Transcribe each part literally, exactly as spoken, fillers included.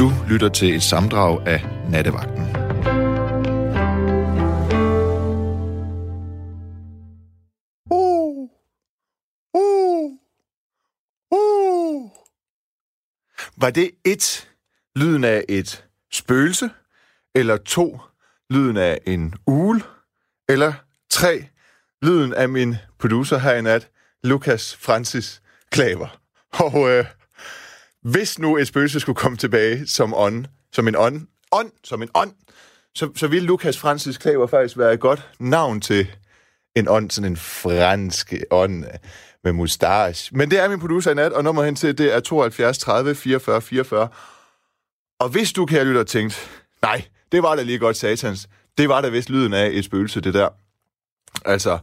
Du lytter til et sammendrag af Nattevagten. Uh, uh, uh. Var det et, lyden af et spøgelse, eller to, lyden af en ugle, eller tre, lyden af min producer her i nat, Lukas Francis Klaver? Og øh, hvis nu et spøgelse skulle komme tilbage som ånd, som en ånd, ånd, som en ånd, så, så ville Lukas Francis Klaver faktisk være et godt navn til en ånd, sådan en fransk ånd med mustache. Men det er min producer i nat, og nummeret hen til, det er tooghalvfjerds tredive fireogfyrre fireogfyrre. Og hvis du, kære lytter, tænkte, nej, det var da lige godt satans, det var da vist lyden af et spøgelse, det der. Altså,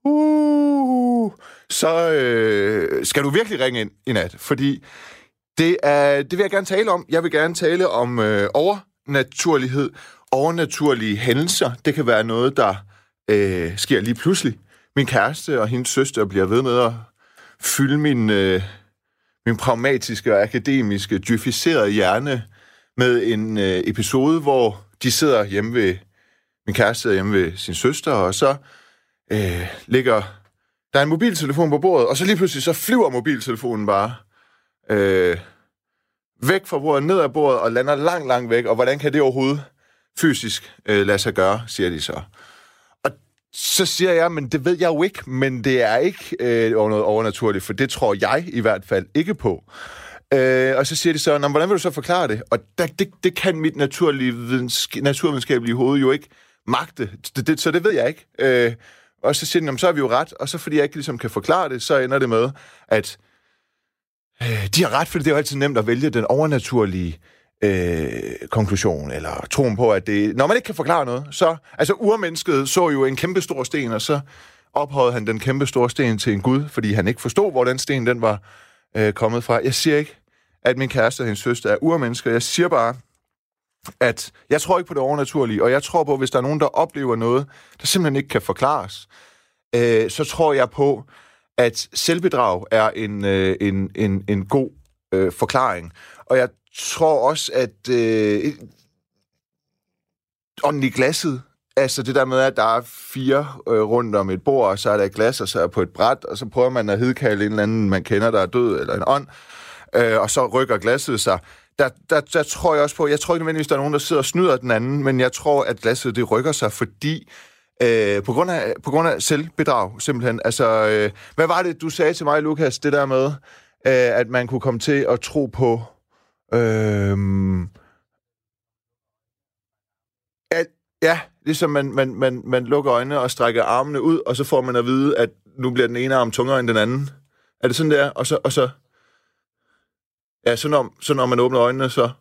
uh, så øh, skal du virkelig ringe ind i nat, fordi det, er, det vil jeg gerne tale om. Jeg vil gerne tale om øh, overnaturlighed, overnaturlige hændelser. Det kan være noget, der øh, sker lige pludselig. Min kæreste og hendes søster bliver ved med at fylde min, øh, min pragmatiske og akademiske, djøficerede hjerne med en øh, episode, hvor de sidder hjemme ved, min kæreste sidder hjemme ved sin søster, og så øh, ligger der er en mobiltelefon på bordet, og så lige pludselig så flyver mobiltelefonen bare øh, væk fra bordet, ned ad bordet, og lander langt, langt væk. Og hvordan kan det overhovedet fysisk øh, lade sig gøre, siger de så. Og så siger jeg, men det ved jeg jo ikke, men det er ikke øh, noget overnaturligt, for det tror jeg i hvert fald ikke på. Øh, og så siger de så, hvordan vil du så forklare det? Og der, det, det kan mit naturlige, naturvidenskabelige hoved jo ikke magte, det, det, så det ved jeg ikke. Øh, og så siger de, så har vi jo ret, og så fordi jeg ikke ligesom kan forklare det, så ender det med, at øh, de har ret, fordi det er jo altid nemt at vælge den overnaturlige øh, konklusion, eller troen på, at det, når man ikke kan forklare noget, så, altså urmennesket så jo en kæmpe stor sten, og så ophøjede han den kæmpe store sten til en gud, fordi han ikke forstod, hvor den sten den var øh, kommet fra. Jeg siger ikke, at min kæreste og hendes søster er urmennesker, jeg siger bare, at jeg tror ikke på det overnaturlige, og jeg tror på, at hvis der er nogen, der oplever noget, der simpelthen ikke kan forklares, øh, så tror jeg på, at selvbedrag er en, øh, en, en, en god øh, forklaring. Og jeg tror også, at øh, ånden i glasset, altså det der med, at der er fire øh, rundt om et bord, og så er der et glas, og så er på et bræt, og så prøver man at hedkalde en eller anden, man kender, der er død, eller en ånd, øh, og så rykker glasset sig. Der, der, der tror jeg også på, jeg tror ikke nødvendigvis, der er nogen, der sidder og snyder den anden, men jeg tror, at glasset det rykker sig, fordi øh, på, grund af, på grund af selvbedrag, simpelthen. Altså, øh, hvad var det, du sagde til mig, Lukas, det der med, øh, at man kunne komme til at tro på, øh, at, ja, ligesom man, man, man, man lukker øjnene og strækker armene ud, og så får man at vide, at nu bliver den ene arm tungere end den anden. Er det sådan der? Og så... Og så Ja, så når, så når man åbner øjnene, så...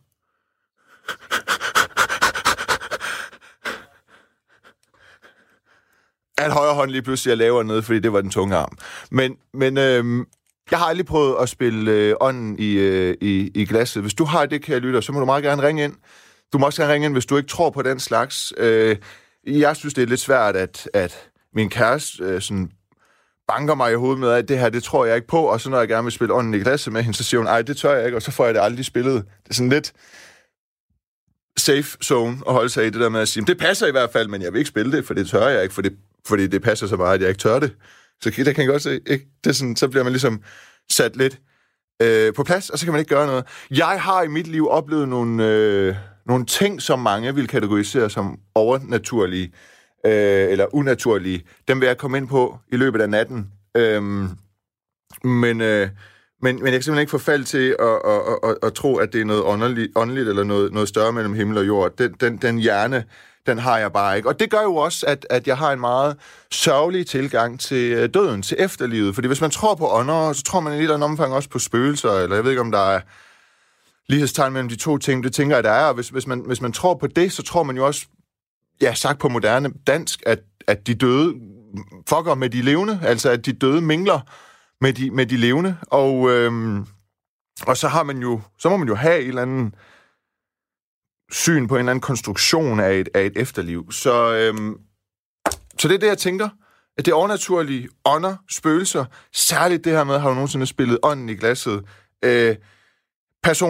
at højre hånd lige pludselig er lavere nede, fordi det var den tunge arm. Men, men øhm, jeg har aldrig prøvet at spille øh, ånden i, øh, i, i glasset. Hvis du har det, kære lytter, så må du meget gerne ringe ind. Du må også gerne ringe ind, hvis du ikke tror på den slags. Øh, jeg synes, det er lidt svært, at, at min kæreste øh, sådan... banker mig i hovedet med, at det her, det tror jeg ikke på, og så når jeg gerne vil spille ånden i glasset med hende, så siger hun, ej, det tør jeg ikke, og så får jeg det aldrig spillet. Det er sådan lidt safe zone at holde sig i det der med at sige, det passer i hvert fald, men jeg vil ikke spille det, for det tør jeg ikke, for det, fordi det passer så meget, at jeg ikke tør det. Så det kan jeg godt se, ikke? Det er sådan, så bliver man ligesom sat lidt øh, på plads, og så kan man ikke gøre noget. Jeg har i mit liv oplevet nogle, øh, nogle ting, som mange vil kategorisere som overnaturlige, Øh, eller unaturlige. Dem vil jeg komme ind på i løbet af natten. Øhm, men, øh, men, men jeg kan simpelthen ikke få fald til at, at, at, at, at tro, at det er noget åndeligt, åndeligt eller noget, noget større mellem himmel og jord. Den, den, den hjerne, den har jeg bare ikke. Og det gør jo også, at, at jeg har en meget sørgelig tilgang til døden, til efterlivet. Fordi hvis man tror på ånder, så tror man i et eller andet omfang også på spøgelser, eller jeg ved ikke, om der er lighedstegn mellem de to ting. Det tænker jeg, der er. Og hvis, hvis, man, hvis man tror på det, så tror man jo også, ja, sagt på moderne dansk, at, at de døde fucker med de levende, altså at de døde mingler med de, med de levende, og, øhm, og så har man jo, så må man jo have et eller andet syn på en eller anden konstruktion af et, af et efterliv. Så, øhm, så det er det, jeg tænker, at det overnaturlige ånder, spøgelser, særligt det her med, har du nogensinde spillet ånden i glasset? Øh, personligt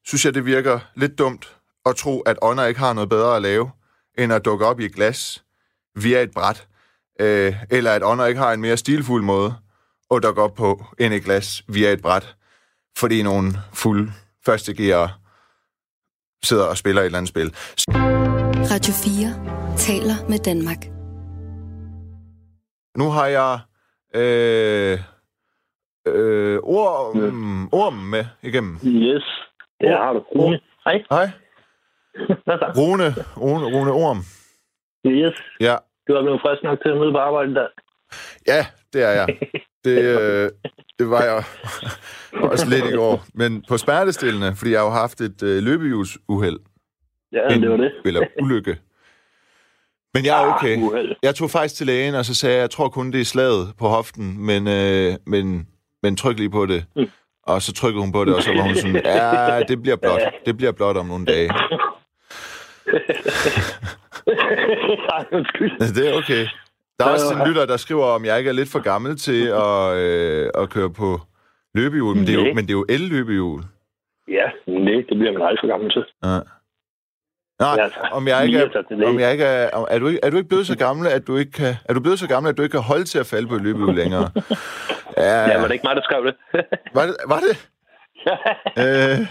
synes jeg, det virker lidt dumt at tro, at ånder ikke har noget bedre at lave, end at dukke op i et glas via et bræt. Øh, eller at ånder ikke har en mere stilfuld måde at dukke op på, end et glas via et bræt. Fordi nogle fulde førstegear sidder og spiller et eller andet spil. Radio fire taler med Danmark. Nu har jeg øh, øh, orm, orm med igennem. Yes, det har du. Rune. Hej. Hej. Rune, Rune, Rune Orm. Yes. Ja. Du er blevet frisk nok til at møde på arbejde der. Ja, det er jeg. Det, øh, det var jeg også lidt i går. Men på smertestillende, fordi jeg har jo haft et øh, løbehjulsuheld. Ja, en, det var det. Eller ulykke. Men jeg er okay. Jeg tog faktisk til lægen, og så sagde jeg, jeg tror kun, det er slaget på hoften, men, øh, men, men tryk lige på det. Mm. Og så trykkede hun på det, og så var hun sådan, ja, det bliver blot. Det bliver blot om nogle dage. Det er okay. Der er også en lytter, der skriver, om jeg ikke er lidt for gammel til at, øh, at køre på løbehjul, men det er jo, men det er jo el-løbehjul. Ja, nej, det bliver man aldrig for gammel til. Ja. Nej, om jeg ikke er, om jeg ikke er, er du ikke, er du ikke blevet så gammel, at du ikke kan, er du blevet så gammel, at du ikke kan holde til at falde på et løbehjul længere? Ja, ja, var det ikke mig, der skrev det? Var det? Var det? øh,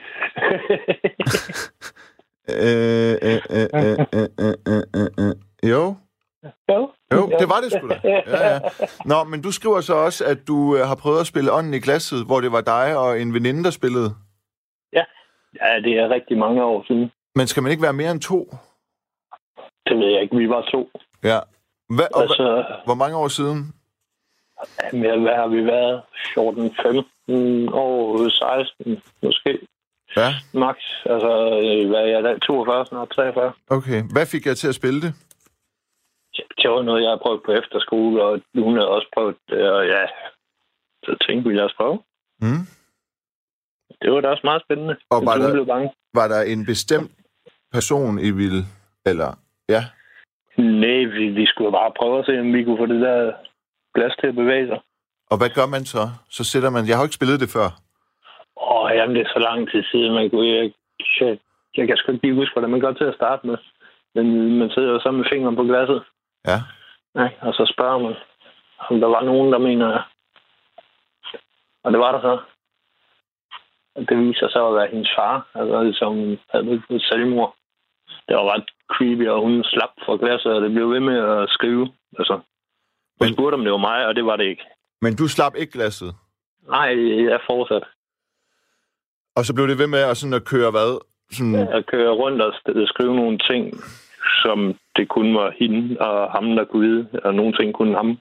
øh, øh, øh, øh, øh, øh, øh. Jo. Jo. Jo, det var det sgu da. Ja, ja. Nå, men du skriver så også, at du har prøvet at spille ånden i glasset, hvor det var dig og en veninde, der spillede. Ja, ja, det er rigtig mange år siden. Men skal man ikke være mere end to? Det ved jeg ikke. Vi var to. Ja. Hva, og altså, hva, hvor mange år siden? Jamen, hvad har vi været? fjorten, femten år, seksten måske. Ja. Max. Altså, hvad er jeg da? toogfyrre, snart treogfyrre. Okay. Hvad fik jeg til at spille det? Det var noget, jeg har prøvet på efterskole, og hun havde også prøvet det, og ja, så tænkte vi, lad os prøve. Mm. Det var da også meget spændende. Og var der, blev bange. Var der en bestemt person, I ville, eller, ja? Nej, vi, vi skulle bare prøve at se, om vi kunne få det der glas til at bevæge sig. Og hvad gør man så? Så sætter man, jeg har jo ikke spillet det før. Åh, oh, jamen det er så lang tid siden, man kunne jeg, jeg, jeg kan sgu ikke lige huske, hvordan man går til at starte med. Men man sidder jo sammen med fingeren på glasset. Ja. Ja, og så spørger man, om der var nogen, der mener... Og det var der så. Det viser sig at være hendes far, altså, som havde et selvmord. Det var ret creepy, og hun slap fra glasset, og det blev ved med at skrive. Altså, hun men, spurgte, om det var mig, og det var det ikke. Men du slap ikke glasset? Nej, jeg er fortsat. Og så blev det ved med at, sådan at køre hvad? Sådan... Ja, at køre rundt og skrive nogle ting, som det kun var hende og ham, der kunne vide, og nogle ting kunne ham.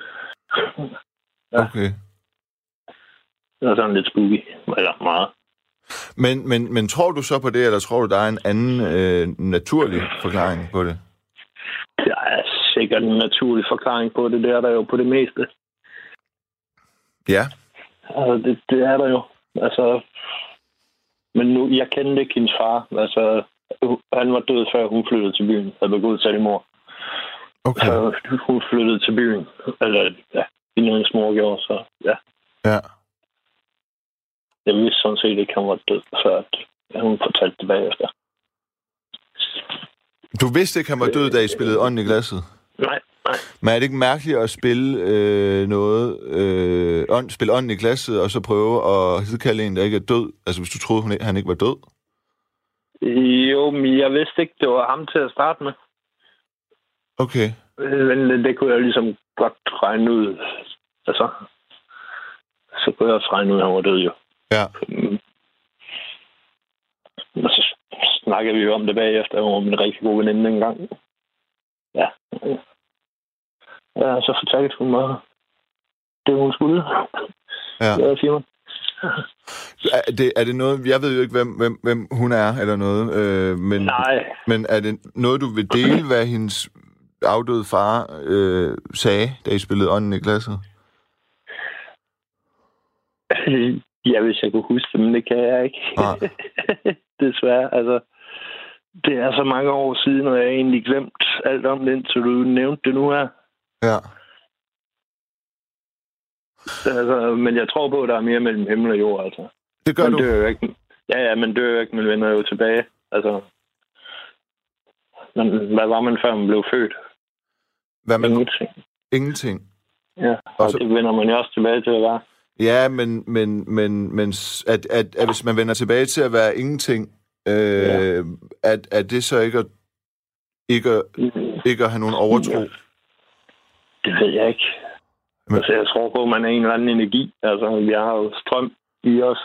Ja. Okay. Det var sådan lidt spooky, eller meget. Men, men, men tror du så på det, eller tror du, der er en anden øh, naturlig forklaring på det? Der er sikkert en naturlig forklaring på det. Det er der jo på det meste. Ja. Altså, det, det er der jo. Altså, men nu, jeg kendte ikke hendes far. Altså, han var død, før hun flyttede til byen. Havde begået selvmord. Okay. Så hun flyttede til byen. Eller, ja, inden hendes mor gjorde, så ja. Ja. Jeg vidste sådan set ikke, at han var død, før at hun fortalte det bagefter. Du vidste ikke, at han var død, da I spillede ånden i glasset? Nej, nej. Men er det ikke mærkeligt at spille øh, noget, øh, ånd, spille ånden i glasset, og så prøve at hidkalde en, der ikke er død? Altså, hvis du troede, hun, han ikke var død? Jo, men jeg vidste ikke, det var ham til at starte med. Okay. Men det kunne jeg ligesom godt regne ud. Altså, så kunne jeg også regne ud, at han var død, jo. Ja. Mm. Og så snakkede vi jo om det bagefter, om min rigtig gode veninde engang. Ja. Ja, så fortalte hun mig det, hun skulle. Ja. Det var firma. Er det, er det noget, jeg ved jo ikke, hvem, hvem, hvem hun er, eller noget, øh, men, Nej. Men er det noget, du vil dele, hvad hendes afdøde far øh, sagde, da I spillede ånden i glasset? Ja, hvis jeg kunne huske det, men det kan jeg ikke. Desværre, altså. Det er så mange år siden, og jeg har egentlig glemt alt om det, indtil du nævnte det nu her. Ja. Altså, men jeg tror på, at der er mere mellem himmel og jord, altså. Det gør men du? Det er jo ikke, Ja, ja, men dør jo ikke, man vender jo tilbage. Altså, men, hvad var man, før man blev født? Hvad man... Ingenting. Ingenting. Ja, og, og så... det vender man jo også tilbage til at være. Ja, men, men, men, men at, at, at hvis man vender tilbage til at være ingenting, øh, ja. at, at det så ikke at, ikke, at, ikke at have nogen overtro? Det ved jeg ikke. Men... Altså, jeg tror på, at man er en eller anden energi. Altså, vi har jo strøm i os.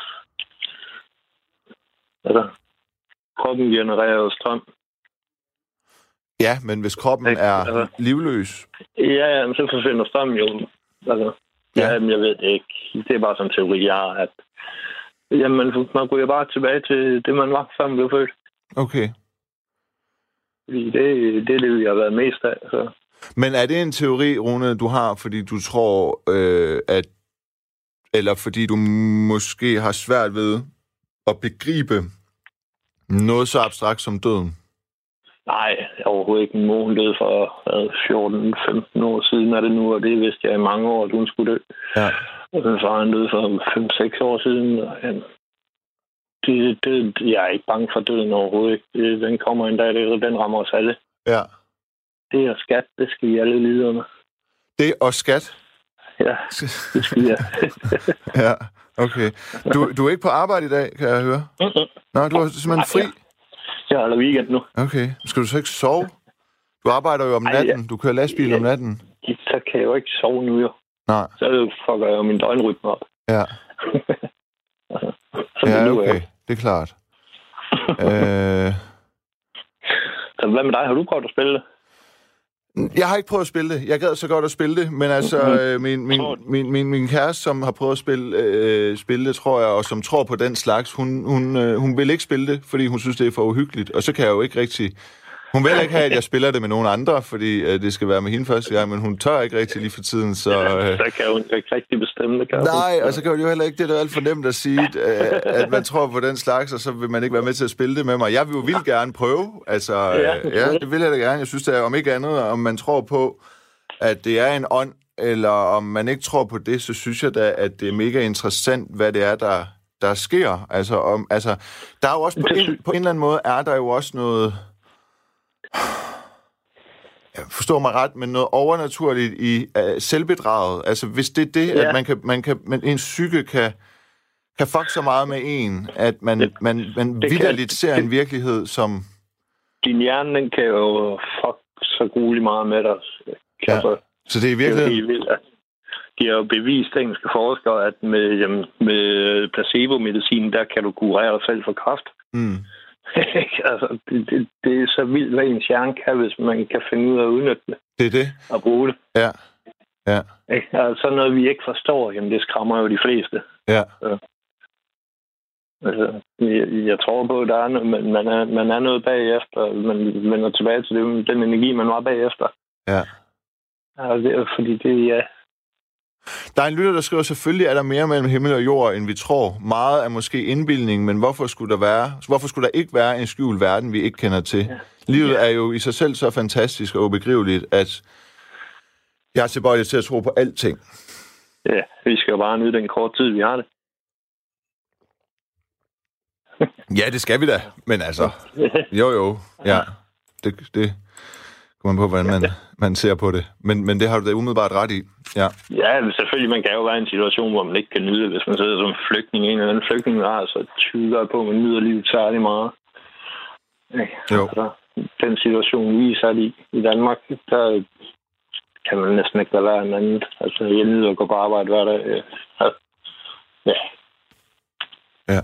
Altså, kroppen genererer jo strøm. Ja, men hvis kroppen er altså, livløs... Ja, ja, så forsvinder strøm jo. Altså, ja, ja, jeg ved det ikke. Det er bare sådan en teori, jeg har, at jamen, man går jo bare tilbage til det, man var, før man blev født. Okay. Fordi det, det er det, vi har været mest af. Så. Men er det en teori, Rune, du har, fordi du tror, øh, at... Eller fordi du måske har svært ved at begribe noget så abstrakt som døden? Nej, overhovedet ikke. Min mor døde for fjorten femten år siden er det nu, og det vidste jeg i mange år, at hun skulle dø. Ja. Og min far han døde for fem seks år siden. Og han, det, det, jeg er ikke bange for døden overhovedet ikke. Den kommer en dag, det, den rammer os alle. Ja. Det er skat, det skal vi alle lide under. Det og skat? Ja, det skal jeg. Ja, okay. Du, du er ikke på arbejde i dag, kan jeg høre? Mm-hmm. Nå, du er simpelthen fri? Ja. Jeg holder weekend nu. Okay. Skal du så ikke sove? Du arbejder jo om natten. Ej, ja. Du kører lastbil ja. om natten. Så kan jeg jo ikke sove nu, jo. Nej. Så fucker jeg jo min døgnrytme op. Ja. så ja, det okay. Det er klart. øh... Så hvad med dig? Har du prøvet at spille det? Jeg har ikke prøvet at spille det. Jeg gad så godt at spille det, men altså mm-hmm. min, min, min, min, min kæreste, som har prøvet at spille, øh, spille det, tror jeg, og som tror på den slags, hun, hun, øh, hun vil ikke spille det, fordi hun synes, det er for uhyggeligt. Og så kan jeg jo ikke rigtig... Hun vil ikke have, at jeg spiller det med nogen andre, fordi øh, det skal være med hende første gang, men hun tør ikke rigtig lige for tiden, så... Øh... Så kan hun ikke rigtig bestemme det, kan Nej, hun. Og så kan hun jo heller ikke... Det er da alt for nemt at sige, øh, at man tror på den slags, og så vil man ikke være med til at spille det med mig. Jeg vil jo vildt gerne prøve, altså... Øh, ja, det vil jeg da gerne. Jeg synes, det er om ikke andet, om man tror på, at det er en ånd, eller om man ikke tror på det, så synes jeg da, at det er mega interessant, hvad det er, der, der sker. Altså, om, altså, der er jo også på en, på en eller anden måde, er der jo også noget... Jeg forstår mig ret, men noget overnaturligt i uh, selvbedraget. Altså, hvis det er det, ja. at man kan, man kan, man, en psyke kan, kan fuck så meget med en, at man, det, man, man vitterligt ser en virkelighed, som... Din hjerne, den kan jo fuck så grueligt meget med dig. Ja. Altså, så det er virkelig... Det er vildt. De har jo bevist, engelske forskere, at med, jamen, med placebo-medicin, der kan du kurere dig selv for kræft. Mm. altså, det, det, det er så vildt, hvad ens hjerne kan, hvis man kan finde ud af at udnytte det. Det er det. Og bruge det. Ja. Ja. Altså, sådan noget, vi ikke forstår, jamen det skræmmer jo de fleste. Ja. Så, altså, jeg, jeg tror på, at der er noget, man, man, er, man er noget bagefter. Man vender tilbage til det, den energi, man var bagefter. Ja. Altså, det er, fordi det, ja... Der er en lytter, der skriver, selvfølgelig er der mere mellem himmel og jord, end vi tror. Meget er måske indbildning, men hvorfor skulle der være, hvorfor skulle der ikke være en skjult verden, vi ikke kender til? Ja. Livet ja. er jo i sig selv så fantastisk og ubegriveligt, at jeg er tilbøjelig til at tro på alting. Ja, vi skal jo bare nyde den korte tid, vi har det. Ja, det skal vi da, men altså, jo jo, ja, det... det kommer man på, hvordan man, man ser på det. Men, men det har du da umiddelbart ret i. Ja. Ja, selvfølgelig. Man kan jo være i en situation, hvor man ikke kan nyde det. Hvis man sidder som flygtning, en eller anden flygtning, der har så tvivler på, at man nyder livet særlig meget. Ja, jo. Altså, den situation, vi er sat i i Danmark, der kan man næsten ikke lade være en anden. Altså, jeg nyder at gå på arbejde hver dag. Ja. Ja.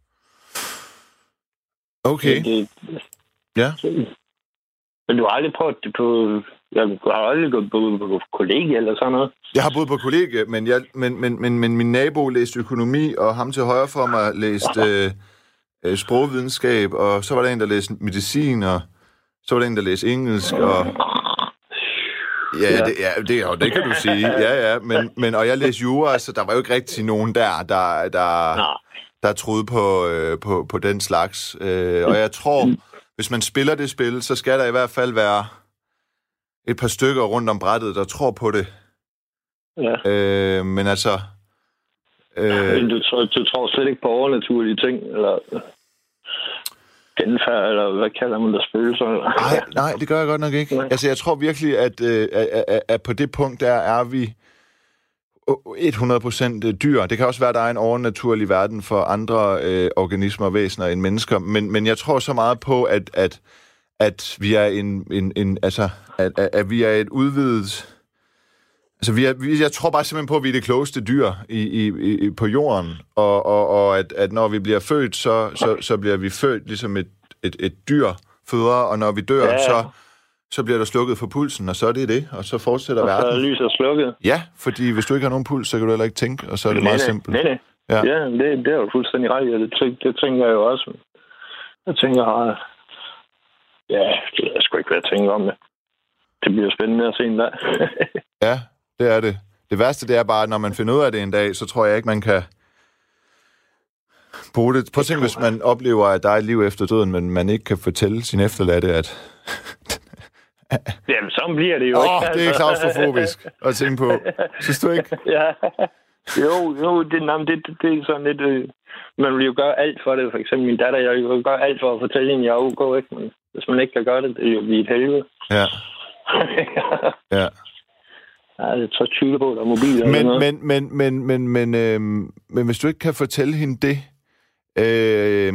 Okay. Det, ja. Men du har aldrig prøvet det på... Ja, du har aldrig gået på, på, på kollegie eller sådan noget? Jeg har boet på kollegie, men, jeg, men, men, men, men min nabo læste økonomi, og ham til højre for mig læste øh, øh, sprogvidenskab, og så var der en, der læste medicin, og så var der en, der læste engelsk, og... Ja, ja. Det, ja, det, jo, det kan du sige. Ja, ja, men, men, og jeg læste jura, så der var jo ikke rigtig nogen der, der, der, der troede på, øh, på, på den slags. Øh, og jeg tror... Hvis man spiller det spil, så skal der i hvert fald være et par stykker rundt om brættet, der tror på det. Ja. Øh, men altså, Øh, du, tror, du tror slet ikke på overnaturlige ting, eller genfærd, eller hvad kalder man der, spøgelser? nej, nej, det gør jeg godt nok ikke. Nej. Altså, jeg tror virkelig, at, øh, at, at, at på det punkt, der er vi hundrede procent dyr. Det kan også være, at der er en overnaturlig verden for andre øh, organismer og væsener end mennesker, men, men jeg tror så meget på, at, at, at vi er en, en, en altså, at, at, at vi er et udvidet. Altså, vi er, vi, jeg tror bare simpelthen på, at vi er det klogeste dyr i, i, i, på jorden, og, og, og at, at når vi bliver født, så, så, så bliver vi født ligesom et, et, et dyr føder, og når vi dør, Ja. så, så bliver der slukket for pulsen, og så er det det, og så fortsætter Og så er verden. lyset slukket. Ja, fordi hvis du ikke har nogen puls, så kan du heller ikke tænke, og så er det meget nej, simpelt. Nej, nej. Ja. Ja, ja det, det er jo fuldstændig ret. Ja, det, tænk, det tænker jeg jo også. Jeg tænker, at ja, det ved jeg sgu ikke, hvad jeg tænker om det. Det bliver spændende at se en dag. Ja, det er det. Det værste, det er bare, at når man finder ud af det en dag, så tror jeg ikke, man kan bruge det. Prøv at tænke, hvis man oplever, at der er et liv efter døden, men man ikke kan fortælle sin efterladte, at Jamen, så bliver det jo åh, ikke. oh, det er klaustrofobisk at tænke på. Synes du ikke? Ja. Jo, jo, det, nej, det, det, det er sådan lidt. Øh, man vil jo gøre alt for det. For eksempel min datter, jeg vil jo gøre alt for at fortælle hende, jeg er ok, ikke? Men hvis man ikke kan gøre det, det er jo lige et helvede. Ja. Ja. Ja, jeg tror tyve på, der er mobiler. Men, men, men, men, men, men, øh, men hvis du ikke kan fortælle hende det, øh,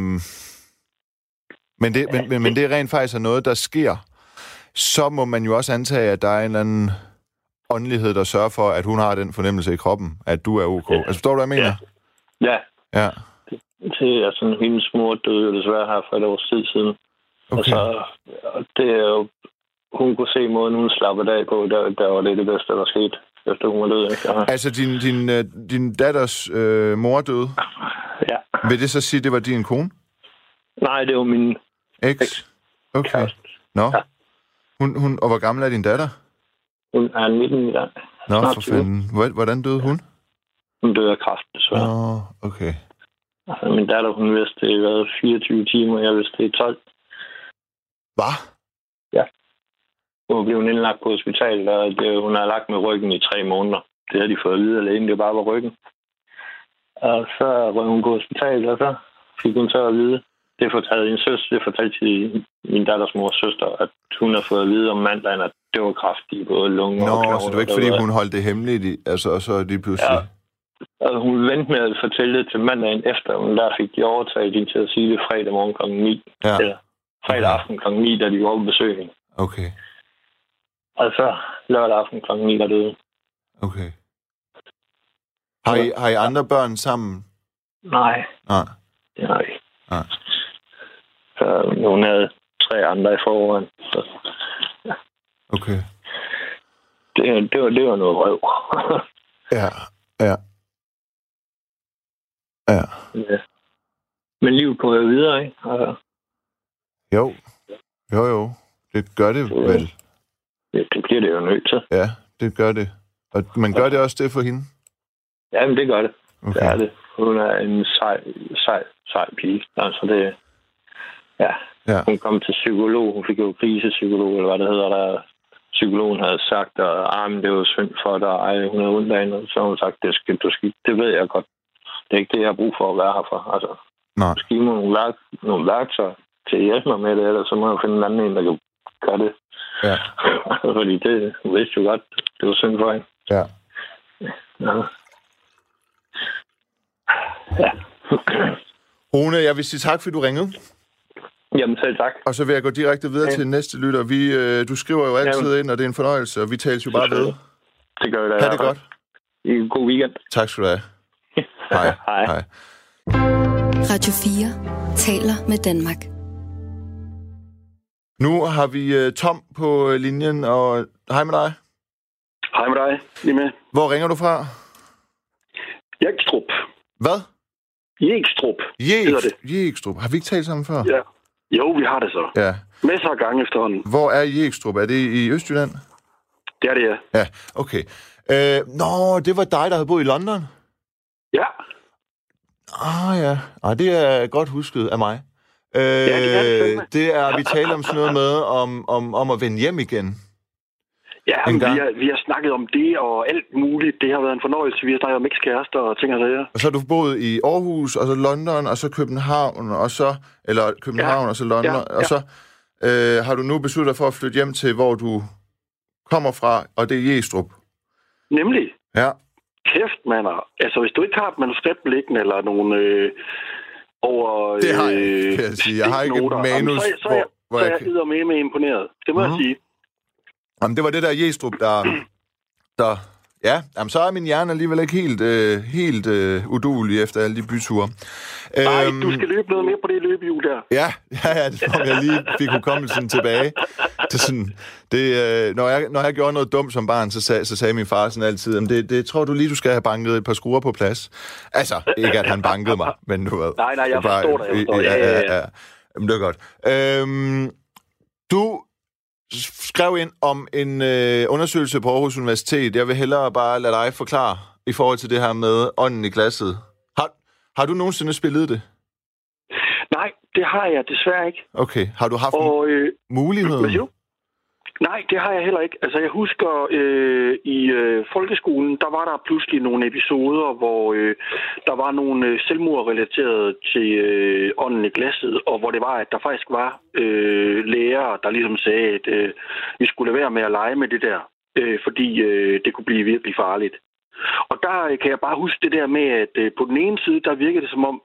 men, det men, men, men det er rent faktisk er noget, der sker, så må man jo også antage, at der er en eller anden åndelighed, der sørger for, at hun har den fornemmelse i kroppen, at du er ok. Altså, forstår du, hvad jeg mener? Ja. Ja. Det er sådan, hendes mor døde jo desværre her for et års tid siden. Okay. Og så, og det er jo, hun kunne se måden, hun slappede af på, der, der var det det bedste, der skete, efter hun var død. Ikke? Ja. Altså, din, din, øh, din datters øh, mor døde? Ja. Vil det så sige, at det var din kone? Nej, det var min Eks? Okay. kæreste. Nå. Ja. Hun, hun, og hvor gammel er din datter? Hun er nitten i dag. Nå, Snart for tyve. fanden. Hvor- Hvordan døde hun? Hun døde af kræft, desværre. Nå, okay. Altså, min datter, hun vidste, det har været fireogtyve timer, jeg vidste, det er tolv. Hvad? Hun blev indlagt på hospitalet, og det, hun har lagt med ryggen i tre måneder. Det har de fået at vide alene, det bare var ryggen. Og så røg hun på hospitalet, og så fik hun så at vide, det fortalte en søster, det fortalte til min datters mors søster, at hun har fået at vide om mandagen, at det var kræft i både lunger Nå, og knogle. så det var ikke, fordi hun holdt det hemmeligt, i, altså, og så lige pludselig... Ja. Og hun ventede med at fortælle det til mandagen efter, og der fik de overtaget hende til at sige det fredag morgen klokken ni. Ja. Eller fredag aften klokken ni, da de var på besøg hende. Okay, Og så lørdag aften klokken ni, der døde. okay. Har I, har I andre børn sammen? Nej, Nej. det har vi ikke. Nej. Så hun havde tre andre i forvejen. Så Okay. det, det, var, det var noget røv. Ja, ja. Ja. Ja. Men livet går jo videre, ikke? Og Jo. Jo, jo. Det gør det vel. det, det bliver det jo nødt til. Ja, det gør det. Og man gør det også det for hende? Jamen, det gør det. Okay. Det er det. Hun er en sej, sej, sej pige. Altså, det... Ja. Ja. Hun kom til psykolog. Hun fik jo krisepsykolog, eller hvad det hedder. Der psykologen havde sagt, at ah, det var synd for dig. Ej, hun havde ondt af hende. Så har hun sagt, det, skal, du skal, det ved jeg godt. Det er ikke det, jeg har brug for at være her for. Altså, Nej. skal give mig nogle, værk, nogle værktøjer til at hjælpe mig med det, eller så må jeg finde en anden en, der kan gøre det. Ja. Fordi det hun vidste jo godt, det var synd for hende. Ja. Ja. Ja. Rune, jeg vil sige tak, fordi du ringede. Jamen selv tak. Og så vil jeg gå direkte videre Ja. til næste lytter. Vi, øh, du skriver jo altid Jamen. ind, og det er en fornøjelse, og vi tales jo bare ved. Det gør vi da. Ha' det godt. En god weekend. Tak skal du have. Hej. Hej. Hej. Radio fire taler med Danmark. Nu har vi uh, Tom på linjen, og hej med dig. Hej med dig, lige med. Hvor ringer du fra? Jekstrup. Hvad? Jekstrup hedder det. Jekstrup. Har vi ikke talt sammen før? Ja. Jo, vi har det så. Ja. Masser af gange efterhånden. Hvor er Jekstrup? Er det i Østjylland? Det er det, ja. Ja, okay. Øh, nå, det var dig, der havde boet i London? Ja. Ah ja, ah, det er godt husket af mig. Øh, det er det fandme. det er, vi taler om sådan noget med, om, om, om at vende hjem igen. Ja, en vi gang. har, vi har snakket om det og alt muligt. Det har været en fornøjelse. Vi har snakket om ekskærester og ting og sager. Og så har du boet i Aarhus, og så London, og så København, og så... Eller København, ja. og så London. Ja. Ja. Og så øh, har du nu besluttet dig for at flytte hjem til, hvor du kommer fra, og det er Jestrup. Nemlig. Ja. Kæft, mander. Altså, hvis du ikke har et manuskript liggende, eller nogle øh, over... Det har jeg ikke, kan jeg sige. Jeg har ikke et manus, jamen, så, så, hvor, jeg, hvor så jeg... jeg sidder med med imponeret. Det må mm-hmm. jeg sige. Jamen, det var det der Jestrup, der... der ja, jamen, så er min hjerne alligevel ikke helt, øh, helt øh, uduelig efter alle de byture. Nej, øhm, du skal løbe noget mere på det løbehjul der. Ja, ja, ja, det var, jeg lige fik hukommelsen tilbage. Det sådan, det, øh, når, jeg, når jeg gjorde noget dumt som barn, så, sag, så sagde min far sådan altid, det, det tror du lige, du skal have banket et par skruer på plads. Altså, ikke at han bankede mig, men du ved. Nej, nej, jeg bare, forstår dig. Jeg forstår. Ja, ja, ja. Jamen, det er godt. Øhm, du skrev ind om en øh, undersøgelse på Aarhus Universitet. Jeg vil hellere bare lade dig forklare i forhold til det her med ånden i glasset. Har, har du nogensinde spillet det? Nej, det har jeg desværre ikke. Okay. Har du haft og, øh, muligheden? Nej, det har jeg heller ikke. Altså, jeg husker øh, i øh, folkeskolen, der var der pludselig nogle episoder, hvor øh, der var nogle øh, selvmord relateret til øh, ånden i glasset, og hvor det var, at der faktisk var øh, lærere, der ligesom sagde, at øh, vi skulle lade være med at lege med det der, øh, fordi øh, det kunne blive virkelig farligt. Og der øh, kan jeg bare huske det der med, at øh, på den ene side, der virkede det som om,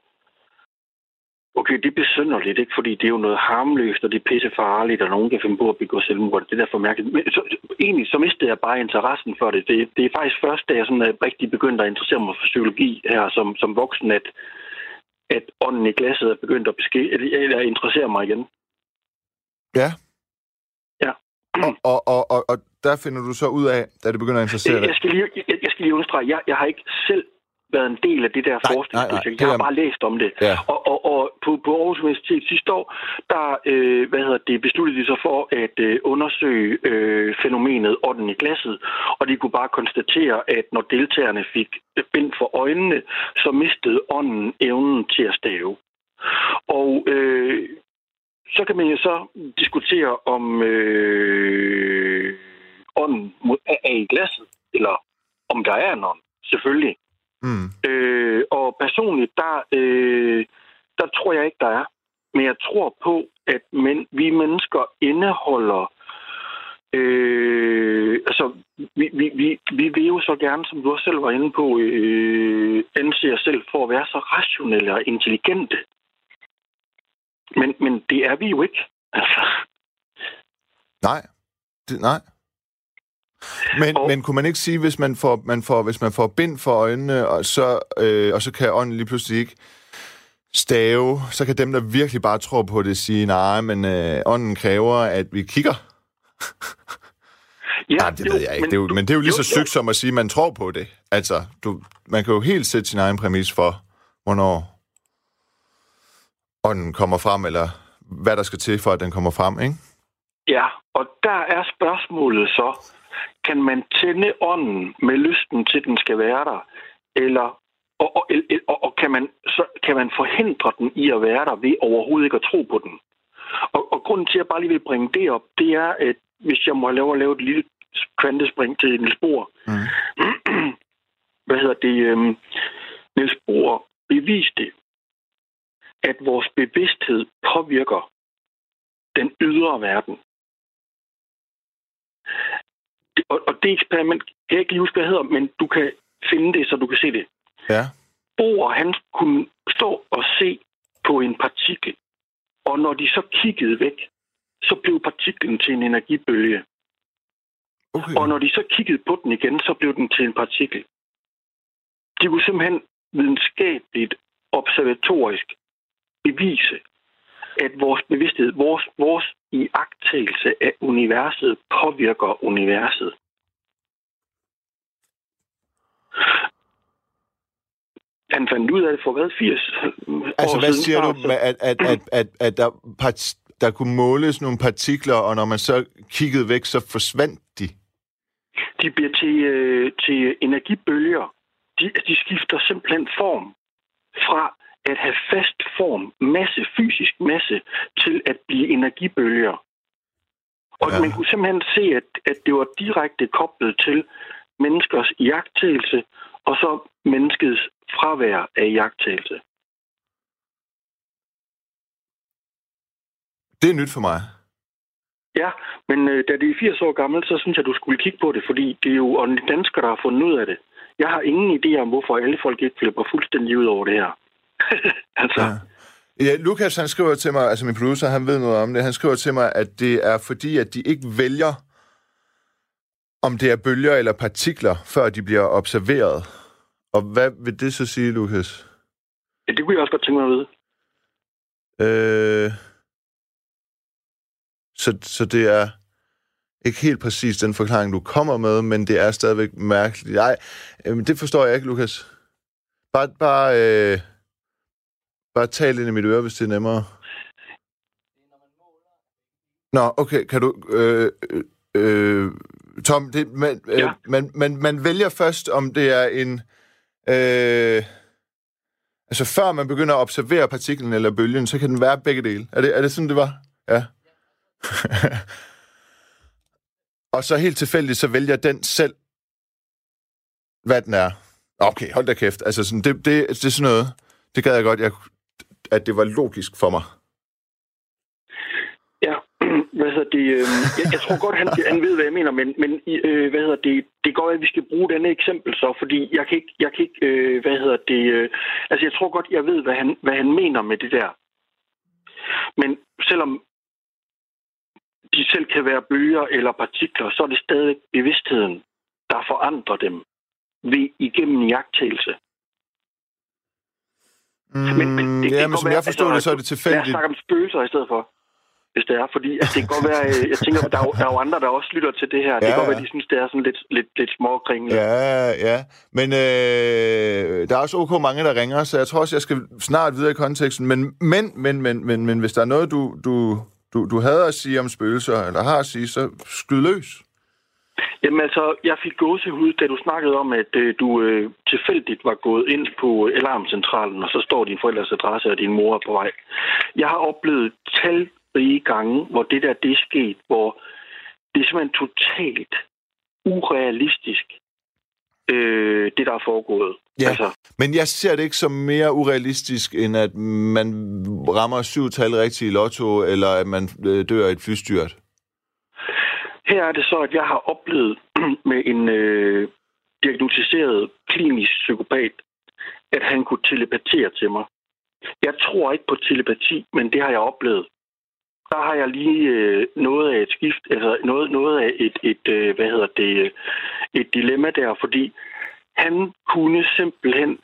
okay, det er besynderligt, ikke? Fordi det er jo noget harmløst, og det er pissefarligt, og nogen kan finde på at begå selvmord. Det er derfor mærkeligt. Men så, egentlig så mistede jeg bare interessen for det. Det, det er faktisk først, da jeg sådan rigtig begyndte at interessere mig for psykologi her som, som voksen, at, at ånden i glasset er begyndt at, beske- eller interessere mig igen. Ja. Ja. Og, og, og, og, og der finder du så ud af, da det begynder at interessere dig? Jeg skal lige, jeg, jeg skal lige understrege, jeg, jeg har ikke selv været en del af det der forskningsprojekt. Jeg har bare læst om det. Ja. Og, og, og på, på Aarhus Universitet sidste år, der øh, hvad hedder det, besluttede de sig for at øh, undersøge øh, fænomenet ånden i glasset. Og de kunne bare konstatere, at når deltagerne fik bind for øjnene, så mistede ånden evnen til at stave. Og øh, så kan man jo så diskutere om øh, ånden er i glasset, eller om der er en ånd. Selvfølgelig. Mm. Øh, og personligt, der, øh, der tror jeg ikke, der er. Men jeg tror på, at men, vi mennesker indeholder... Øh, altså, vi, vi, vi, vi vil jo så gerne, som du også selv var inde på, øh, anse os selv for at være så rationelle og intelligente. Men, men det er vi jo ikke. Altså. Nej. Det, nej. Men, og, men kunne man ikke sige, hvis man får, man får, hvis man får bind for øjnene, og så, øh, og så kan ånden lige pludselig ikke stave, så kan dem, der virkelig bare tror på det, sige, nej, men øh, ånden kræver, at vi kigger. Ja, nej, det jo, ved jeg ikke. Men det er jo, du, men det er jo lige jo, så sygt som at sige, at man tror på det. Altså, du, man kan jo helt sætte sin egen præmis for, hvornår ånden kommer frem, eller hvad der skal til, for at den kommer frem, ikke? Ja, og der er spørgsmålet så, kan man tænde ånden med lysten til, den skal være der? Eller, og, og, og, og kan, man, så, kan man forhindre den i at være der ved overhovedet ikke at tro på den? Og, og grunden til, at jeg bare lige vil bringe det op, det er, at hvis jeg må lave at lave et lille kvantespring til Niels Bohr. Mm. Hvad hedder det? Um, Niels Bohr beviste, at vores bevidsthed påvirker den ydre verden. Og, og det eksperiment, kan jeg ikke lige huske, hvad det hedder, men du kan finde det, så du kan se det. Ja. Bohr, han kunne stå og se på en partikel, og når de så kiggede væk, så blev partiklen til en energibølge. Okay. Og når de så kiggede på den igen, så blev den til en partikel. De kunne simpelthen videnskabeligt, observatorisk bevise, at vores bevidsthed, vores, vores iagttagelse af universet påvirker universet. Han fandt ud af det for hvad? firs Altså, år hvad siden, siger du, så... at, at, at, at, at der, part, der kunne måles nogle partikler, og når man så kiggede væk, så forsvandt de? De bliver til, øh, til energibølger. De, de skifter simpelthen form fra at have fast form, masse, fysisk masse, til at blive energibølger. Og ja. Man kunne simpelthen se, at, at det var direkte koblet til menneskers iagttagelse, og så menneskets fravær af iagttagelse. Det er nyt for mig. Ja, men øh, da det er firs år gammelt, så synes jeg, du skulle kigge på det, fordi det er jo ordentligt danskere, der har fundet ud af det. Jeg har ingen idé om, hvorfor alle folk ikke flipper fuldstændig ud over det her. altså... Ja. Ja, Lukas, han skriver til mig, altså min producer, han ved noget om det, han skriver til mig, at det er fordi, at de ikke vælger, om det er bølger eller partikler, før de bliver observeret. Og hvad vil det så sige, Lukas? Ja, det kunne jeg også godt tænke mig at vide. Øh... Så, så det er ikke helt præcis den forklaring, du kommer med, men det er stadigvæk mærkeligt. Nej, det forstår jeg ikke, Lukas. Bare, bare, øh, bare tal ind i mit øre, hvis det er nemmere. Nå, okay, kan du... Øh, øh, Tom, det, man, øh, ja. man, man, man vælger først, om det er en... Øh, altså, før man begynder at observere partiklen eller bølgen, så kan den være begge dele. Er det, er det sådan, det var? Ja. Og så helt tilfældigt, så vælger den selv, hvad den er. Okay, hold da kæft. Altså, sådan, det, det, det er sådan noget, det gad jeg godt, jeg, at det var logisk for mig. Ja, hvad hedder det? Øh, jeg, jeg tror godt, han, han ved, hvad jeg mener, men, men øh, hvad hedder det? Det går, at vi skal bruge denne eksempel så, fordi jeg kan ikke, jeg kan ikke øh, hvad hedder det? Øh, altså, jeg tror godt, jeg ved, hvad han, hvad han mener med det der. Men selvom de selv kan være bølger eller partikler, så er det stadig bevidstheden, der forandrer dem ved igennem iagttagelse. Mm, men, men det, ja, det men som være, jeg forstår altså, det, så er det tilfældigt. Lad os snakke om spøgelser i stedet for, hvis det er. Fordi altså, det kan godt være, jeg tænker, der er, der er jo andre, der også lytter til det her. Ja, det kan godt være, de synes, det er sådan lidt, lidt, lidt småkringende. Ja, ja. Men øh, der er også ok mange, der ringer, så jeg tror også, jeg skal snart videre i konteksten. Men, men, men, men, men, men hvis der er noget, du... du Du, du havde at sige om spøgelser, eller har at sige, så skyd løs. Jamen altså, jeg fik gåsehud, da du snakkede om, at øh, du øh, tilfældigt var gået ind på alarmcentralen, og så står din forældres adresse, og din mor er på vej. Jeg har oplevet talrige gange, hvor det der, det er sket, hvor det er simpelthen totalt urealistisk, øh, det der er foregået. Ja, altså, men jeg ser det ikke som mere urealistisk, end at man rammer syv tal rigtigt i lotto, eller at man dør i et flystyrt. Her er det så, at jeg har oplevet med en øh, diagnostiseret klinisk psykopat, at han kunne telepatere til mig. Jeg tror ikke på telepati, men det har jeg oplevet. Der har jeg lige øh, noget af et skift, altså noget, noget af et, et øh, hvad hedder det, et dilemma der, fordi han kunne simpelthen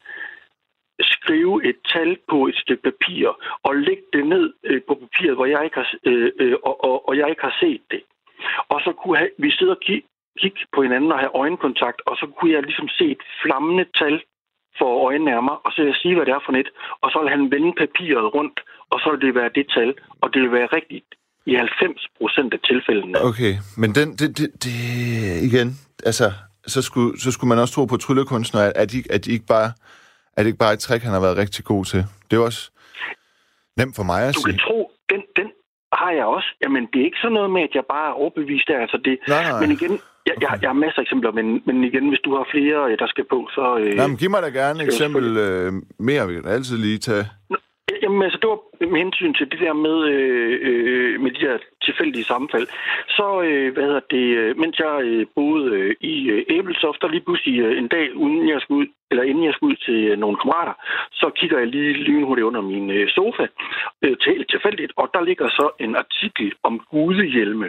skrive et tal på et stykke papir og lægge det ned øh, på papiret, hvor jeg ikke har, øh, øh, og, og, og jeg ikke har set det. Og så kunne have, vi sidde og kigge, kigge på hinanden og have øjenkontakt, og så kunne jeg ligesom se et flammende tal for øjnene af mig, og så vil jeg sige, hvad det er for net, og så vil han vende papiret rundt, og så vil det være det tal, og det vil være rigtigt i halvfems procent af tilfældene. Okay, men den, det, det, det igen, altså, så skulle, så skulle man også tro på tryllekunstnere, at de, at de ikke bare, at det ikke bare er et trick, han har været rigtig god til. Det er også nemt for mig at du sige. Du kan tro, den, den har jeg også. Jamen, det er ikke sådan noget med, at jeg bare er overbevist der. Altså, det, nej, nej. Men igen, jeg, jeg, jeg har masser af eksempler, men, men igen, hvis du har flere, der skal på, så... Øh, nej, men giv mig da gerne et eksempel øh, mere, vi kan altid lige tage... Jamen, altså, det var med hensyn til det der med, øh, øh, med de der tilfældige sammenfald. Så, øh, hvad hedder det, mens jeg øh, boede øh, i øh, Æbelsoft, der lige pludselig øh, en dag, uden jeg skulle ud, eller inden jeg skulle ud til øh, nogle kammerater, så kigger jeg lige lynhurtigt under min øh, sofa, øh, til, tilfældigt, og der ligger så en artikel om gudehjelme.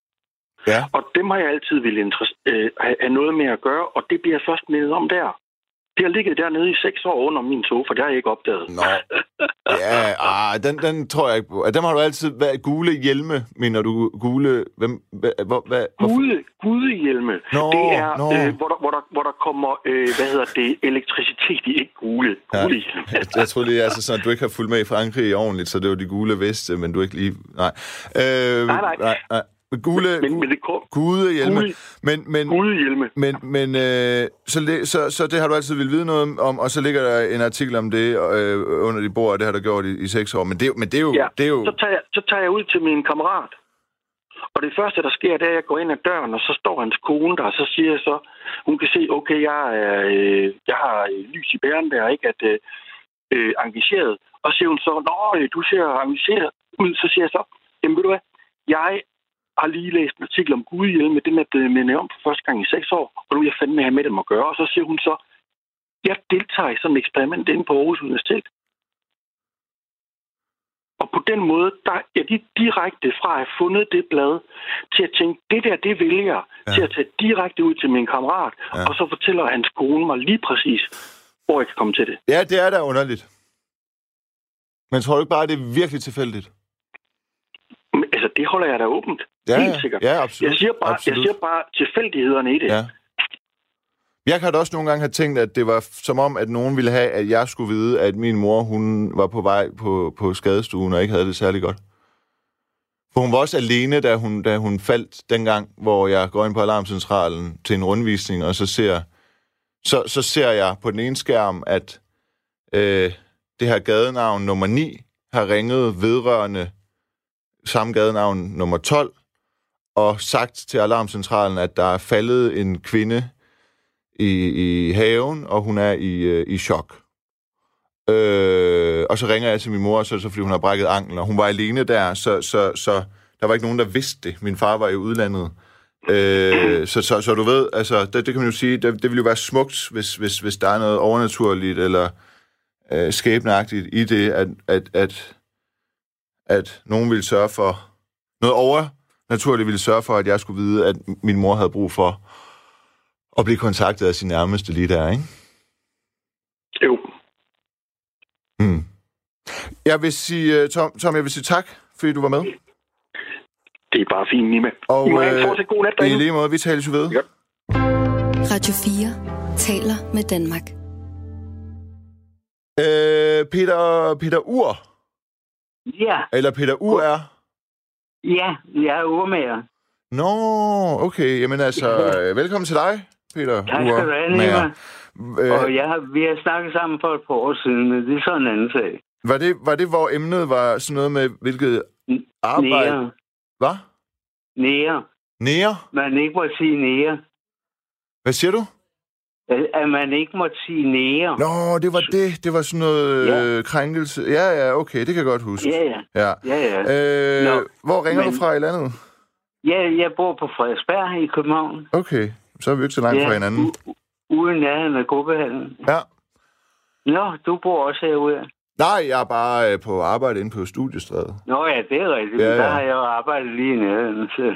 Ja. Og dem har jeg altid ville interesse, øh, have noget med at gøre, og det bliver jeg først mindet om der. Det har ligget dernede i seks år under min sofa, det har jeg ikke opdaget. Nå, ja, ah, den, den tror jeg ikke på. Dem har du altid været gule hjelme, mener du? Gule, hvem, hvad, hvor, hvad, Gude, gudehjelme. Nå, det er, nå. Øh, hvor, der, hvor, der, hvor der kommer, øh, hvad hedder det, elektricitet i, ikke gule. Gule ja. jeg, jeg tror det er altså sådan, at du ikke har fulgt med i Frankrig ordentligt, så det var de gule veste, men du ikke lige... Nej, øh, nej, nej. nej, nej. Gule, men, men det kom, gudehjelme. Gude, men, men, gudehjelme. Men, men øh, så, så, så det har du altid ville vide noget om, og så ligger der en artikel om det øh, under dit bord, og det har du gjort i, i seks år. Men det, men det er jo... Ja, det er jo... Så, tager jeg, så tager jeg ud til min kammerat, Og det første, der sker, det er, at jeg går ind ad døren, og så står hans kone der, og så siger jeg så, hun kan se, okay, jeg, er, øh, jeg har lys i bæren der, ikke, at øh, engageret. Og så siger hun så, nå, du ser engageret ud. Så siger jeg så, jamen ved du hvad, jeg har lige læst en artikel om Gudhjelme, den er blevet mindet om for første gang i seks år, og nu er jeg fandme have med dem at gøre. Og så siger hun så, jeg deltager i sådan et eksperiment inde på Aarhus Universitet. Og på den måde, der er de direkte fra at have fundet det blad, til at tænke, det der, det vil jeg, ja. Til at tage direkte ud til min kammerat, ja. Og så fortæller hans kone mig lige præcis, hvor jeg kan komme til det. Ja, det er da underligt. Men tror du ikke bare, det er virkelig tilfældigt? Men, altså, det holder jeg da åbent. Ja, helt sikkert. Ja, absolut. Jeg siger bare, absolut. jeg siger bare tilfældighederne i det. Ja. Jeg kan da også nogle gange have tænkt, at det var som om, at nogen ville have, at jeg skulle vide, at min mor, hun var på vej på, på skadestuen og ikke havde det særlig godt. For hun var også alene, da hun, da hun faldt dengang, hvor jeg går ind på alarmcentralen til en rundvisning, og så ser, så, så ser jeg på den ene skærm, at øh, det her gadenavn nummer ni har ringet vedrørende samme gadenavn nummer tolv, og sagt til alarmcentralen, at der er faldet en kvinde i, i haven, og hun er i, øh, i chok. Øh, og så ringer jeg til min mor, så, så fordi hun har brækket anklen, og hun var alene der, så, så, så der var ikke nogen, der vidste det. Min far var i udlandet. Øh, så, så, så du ved, altså, det, det kan man jo sige, det, det ville jo være smukt, hvis, hvis, hvis der er noget overnaturligt, eller øh, skæbneagtigt i det, at, at, at, at nogen ville sørge for, noget overnaturligt ville sørge for, at jeg skulle vide, at min mor havde brug for at blive kontaktet af sin nærmeste lige der, ikke? Jo. Mm. Jeg vil sige, Tom, Tom, jeg vil sige tak, fordi du var med. Det er bare fint, Nima. Og I må have en fortsat god nat derinde. I lige måde, vi tales jo ved. Ja. Radio fire taler med Danmark. Øh, Peter, Peter Ur. Ja. Eller Peter Ur er? Ja, jeg er urmager. Nå, okay. Jamen altså, velkommen til dig, Peter Ur. Tak skal du have, Nima. Øh, og jeg har, vi har snakket sammen for et par år siden, men det er sådan en anden sag. Var det, var det hvor emnet var sådan noget med, hvilket arbejde? Nære. Hvad? Nære. Nære? Man ikke må sige nære. Hvad siger du? At man ikke må sige nære. Nå, det var det. Det var sådan noget ja. øh, krænkelse. Ja, ja, okay. Det kan jeg godt huske. Ja, ja. ja. ja, ja. Øh, Nå, hvor ringer men, du fra i landet? Ja, jeg bor på Frederiksberg i København. Okay, så er vi ikke så langt ja, fra hinanden. U- uden nærheden af gruppehallen. Ja. Nå, du bor også herude. Nej, jeg er bare øh, på arbejde inde på Studiestræde. Nå ja, det er rigtigt. Ja, ja. Der har jeg jo arbejdet lige i nærheden. Så.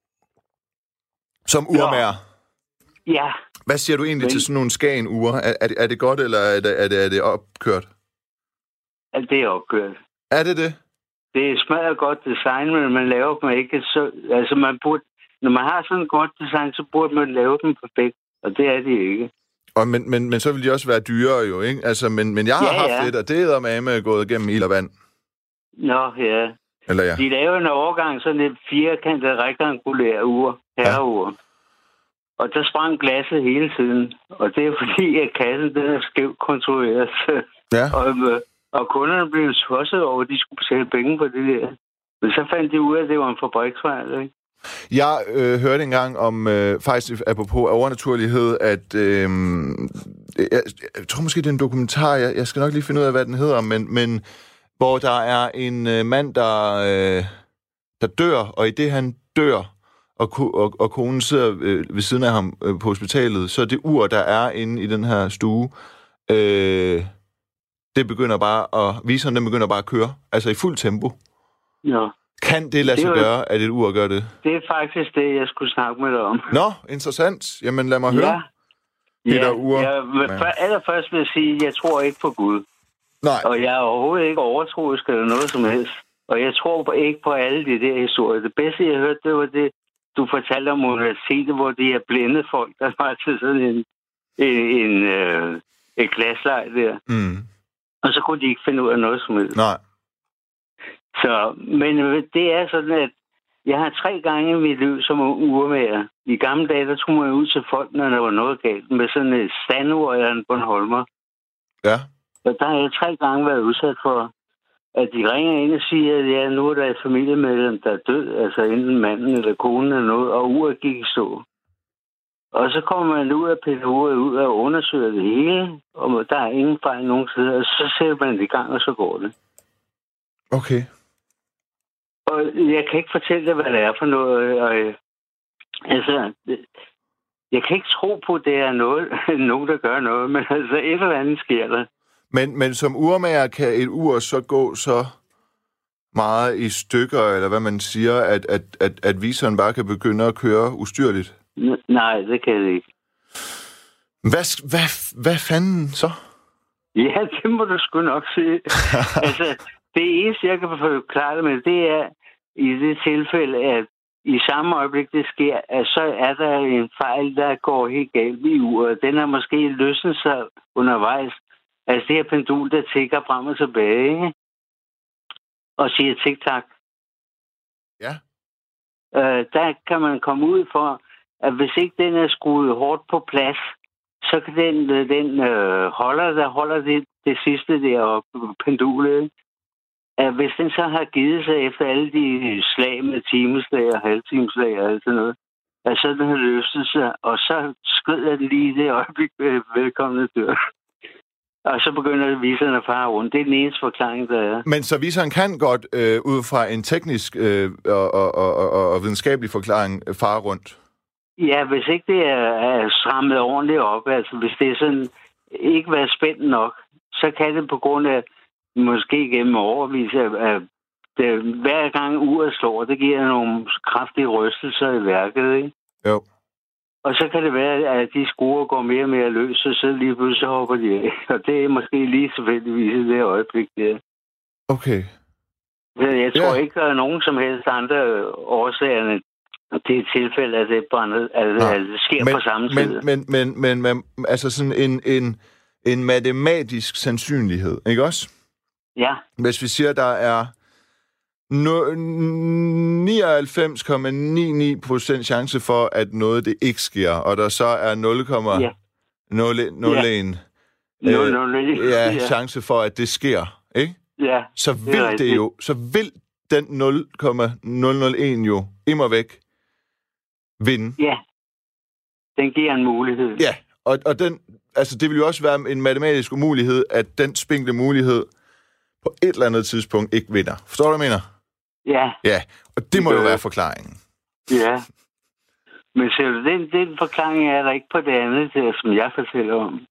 Som urmager? Ja. Hvad siger du egentlig Men... til sådan nogle Skagen-ure? Er, er, det, er det godt, eller er det, er det, er det opkørt? Altså, det er opkørt. Er det det? Det er smadret godt design, men man laver dem ikke så... Altså, man burde... Når man har sådan et godt design, så burde man lave dem perfekt. Og det er de ikke. Og men, men, men så vil de også være dyrere jo, ikke? Altså, men, men jeg har ja, haft ja. et, og det er med gået gennem ild og vand. Nå, ja. Eller ja. De laver en overgang sådan et firkantet rektangulære ur. Herreur. Ja. Og der sprang glasset hele tiden. Og det er fordi, at kassen den er skævt kontrolleret. Ja. og, og kunderne blev tosset over, at de skulle betale penge for det der. Men så fandt de ud af, at det var en fabriksfejl, ikke? Jeg øh, hørte engang om, øh, faktisk apropos overnaturlighed, at øh, jeg, jeg tror måske, det er en dokumentar, jeg, jeg skal nok lige finde ud af, hvad den hedder, men, men hvor der er en øh, mand, der, øh, der dør, og i det han dør, og, og, og konen sidder øh, ved siden af ham øh, på hospitalet, så det ur, der er inde i den her stue, øh, det begynder bare at, viseren den begynder bare at køre, altså i fuld tempo. Ja. Kan det lade sig det gøre, at et ur gør det? Det er faktisk det, jeg skulle snakke med dig om. Nå, interessant. Jamen, lad mig ja. høre. Peter ja, Ur. Jeg vil ja. allerførst vil jeg sige, at jeg tror ikke på Gud. Nej. Og jeg er overhovedet ikke overtroisk eller noget som helst. Og jeg tror ikke på alle de der historier. Det bedste, jeg hørte, det var det, du fortalte om universitetet, hvor de er blinde folk, der var til sådan en, en, en øh, et glaslej der. Mm. Og så kunne de ikke finde ud af noget som helst. Nej. Så, men det er sådan, at jeg har tre gange i mit liv som urmager. I gamle dage, der tog man ud til folk, når der var noget galt, med sådan et standur eller en Bornholmer. Ja. Og der har jeg tre gange været udsat for at de ringer ind og siger, at ja, nu er der et familiemedlem, der er død, altså enten manden eller konen eller noget, og uret gik i stå. Og så kommer man ud af pædagoget ud og undersøger det hele, og der er ingen fejl nogen steder, og så sætter man det i gang, og så går det. Okay. Og jeg kan ikke fortælle dig, hvad det er for noget. Og, øh, altså, jeg kan ikke tro på, at det er noget, nogen, der gør noget, men altså et eller andet sker der. Men, men som urmager kan et ur så gå så meget i stykker, eller hvad man siger, at, at, at, at viseren bare kan begynde at køre ustyrligt? N- nej, det kan det ikke. Hvad, hvad, hvad fanden så? Ja, det må du sgu nok sige. Altså, det eneste, jeg kan forklare det med, det er i det tilfælde, at i samme øjeblik, det sker, at så er der en fejl, der går helt galt i uret. Den har måske løsnet sig undervejs. Altså det her pendul, der tikker frem og tilbage, ikke? Og siger tik-tak. Ja. Øh, der kan man komme ud for, at hvis ikke den er skruet hårdt på plads, så kan den, den øh, holder, der holder det, det sidste der pendulet, at hvis den så har givet sig efter alle de slag med timeslag og halvtimeslag og alt sådan noget, at så den har løftet sig, og så skrider den lige det øjeblik velkomne dør. Og så begynder viseren at fare rundt. Det er den eneste forklaring, der er. Men så viseren kan godt, øh, ud fra en teknisk øh, og, og, og, og videnskabelig forklaring, fare rundt? Ja, hvis ikke det er, er strammet ordentligt op, altså hvis det er sådan ikke været spændt nok, så kan det på grund af måske gennem overvis, at det, hver gang uret slår, det giver nogle kraftige rystelser i værket, ikke? Jo. Og så kan det være, at de skruer går mere og mere løs, og så lige pludselig så hopper de af. Og det er måske lige tilfældigvis i det øjeblik der. Okay. Så jeg tror ja. ikke, der er nogen som helst andre årsager. Det er et tilfælde, at det, brænder, at, ja. at det sker men, på samme tid. Men, men, men, men, men altså sådan en, en, en matematisk sandsynlighed, ikke også? Ja. Hvis vi siger, der er nioghalvfems komma nioghalvfems procent chance for, at noget det ikke sker, og der så er nul komma nul en ja, chance for, at det sker, ikke? Ja, så vil det, det jo, så vil den nul komma nul nul en jo immer væk vinde. Ja, den giver en mulighed. Ja, og, og den, altså det vil jo også være en matematisk umulighed, at den spinkle mulighed på et eller andet tidspunkt ikke vinder. Forstår du, hvad jeg mener? Ja. Ja, og det må jo være forklaringen. Ja. Men ser du, den, den forklaring er der ikke på det andet, som jeg fortæller om.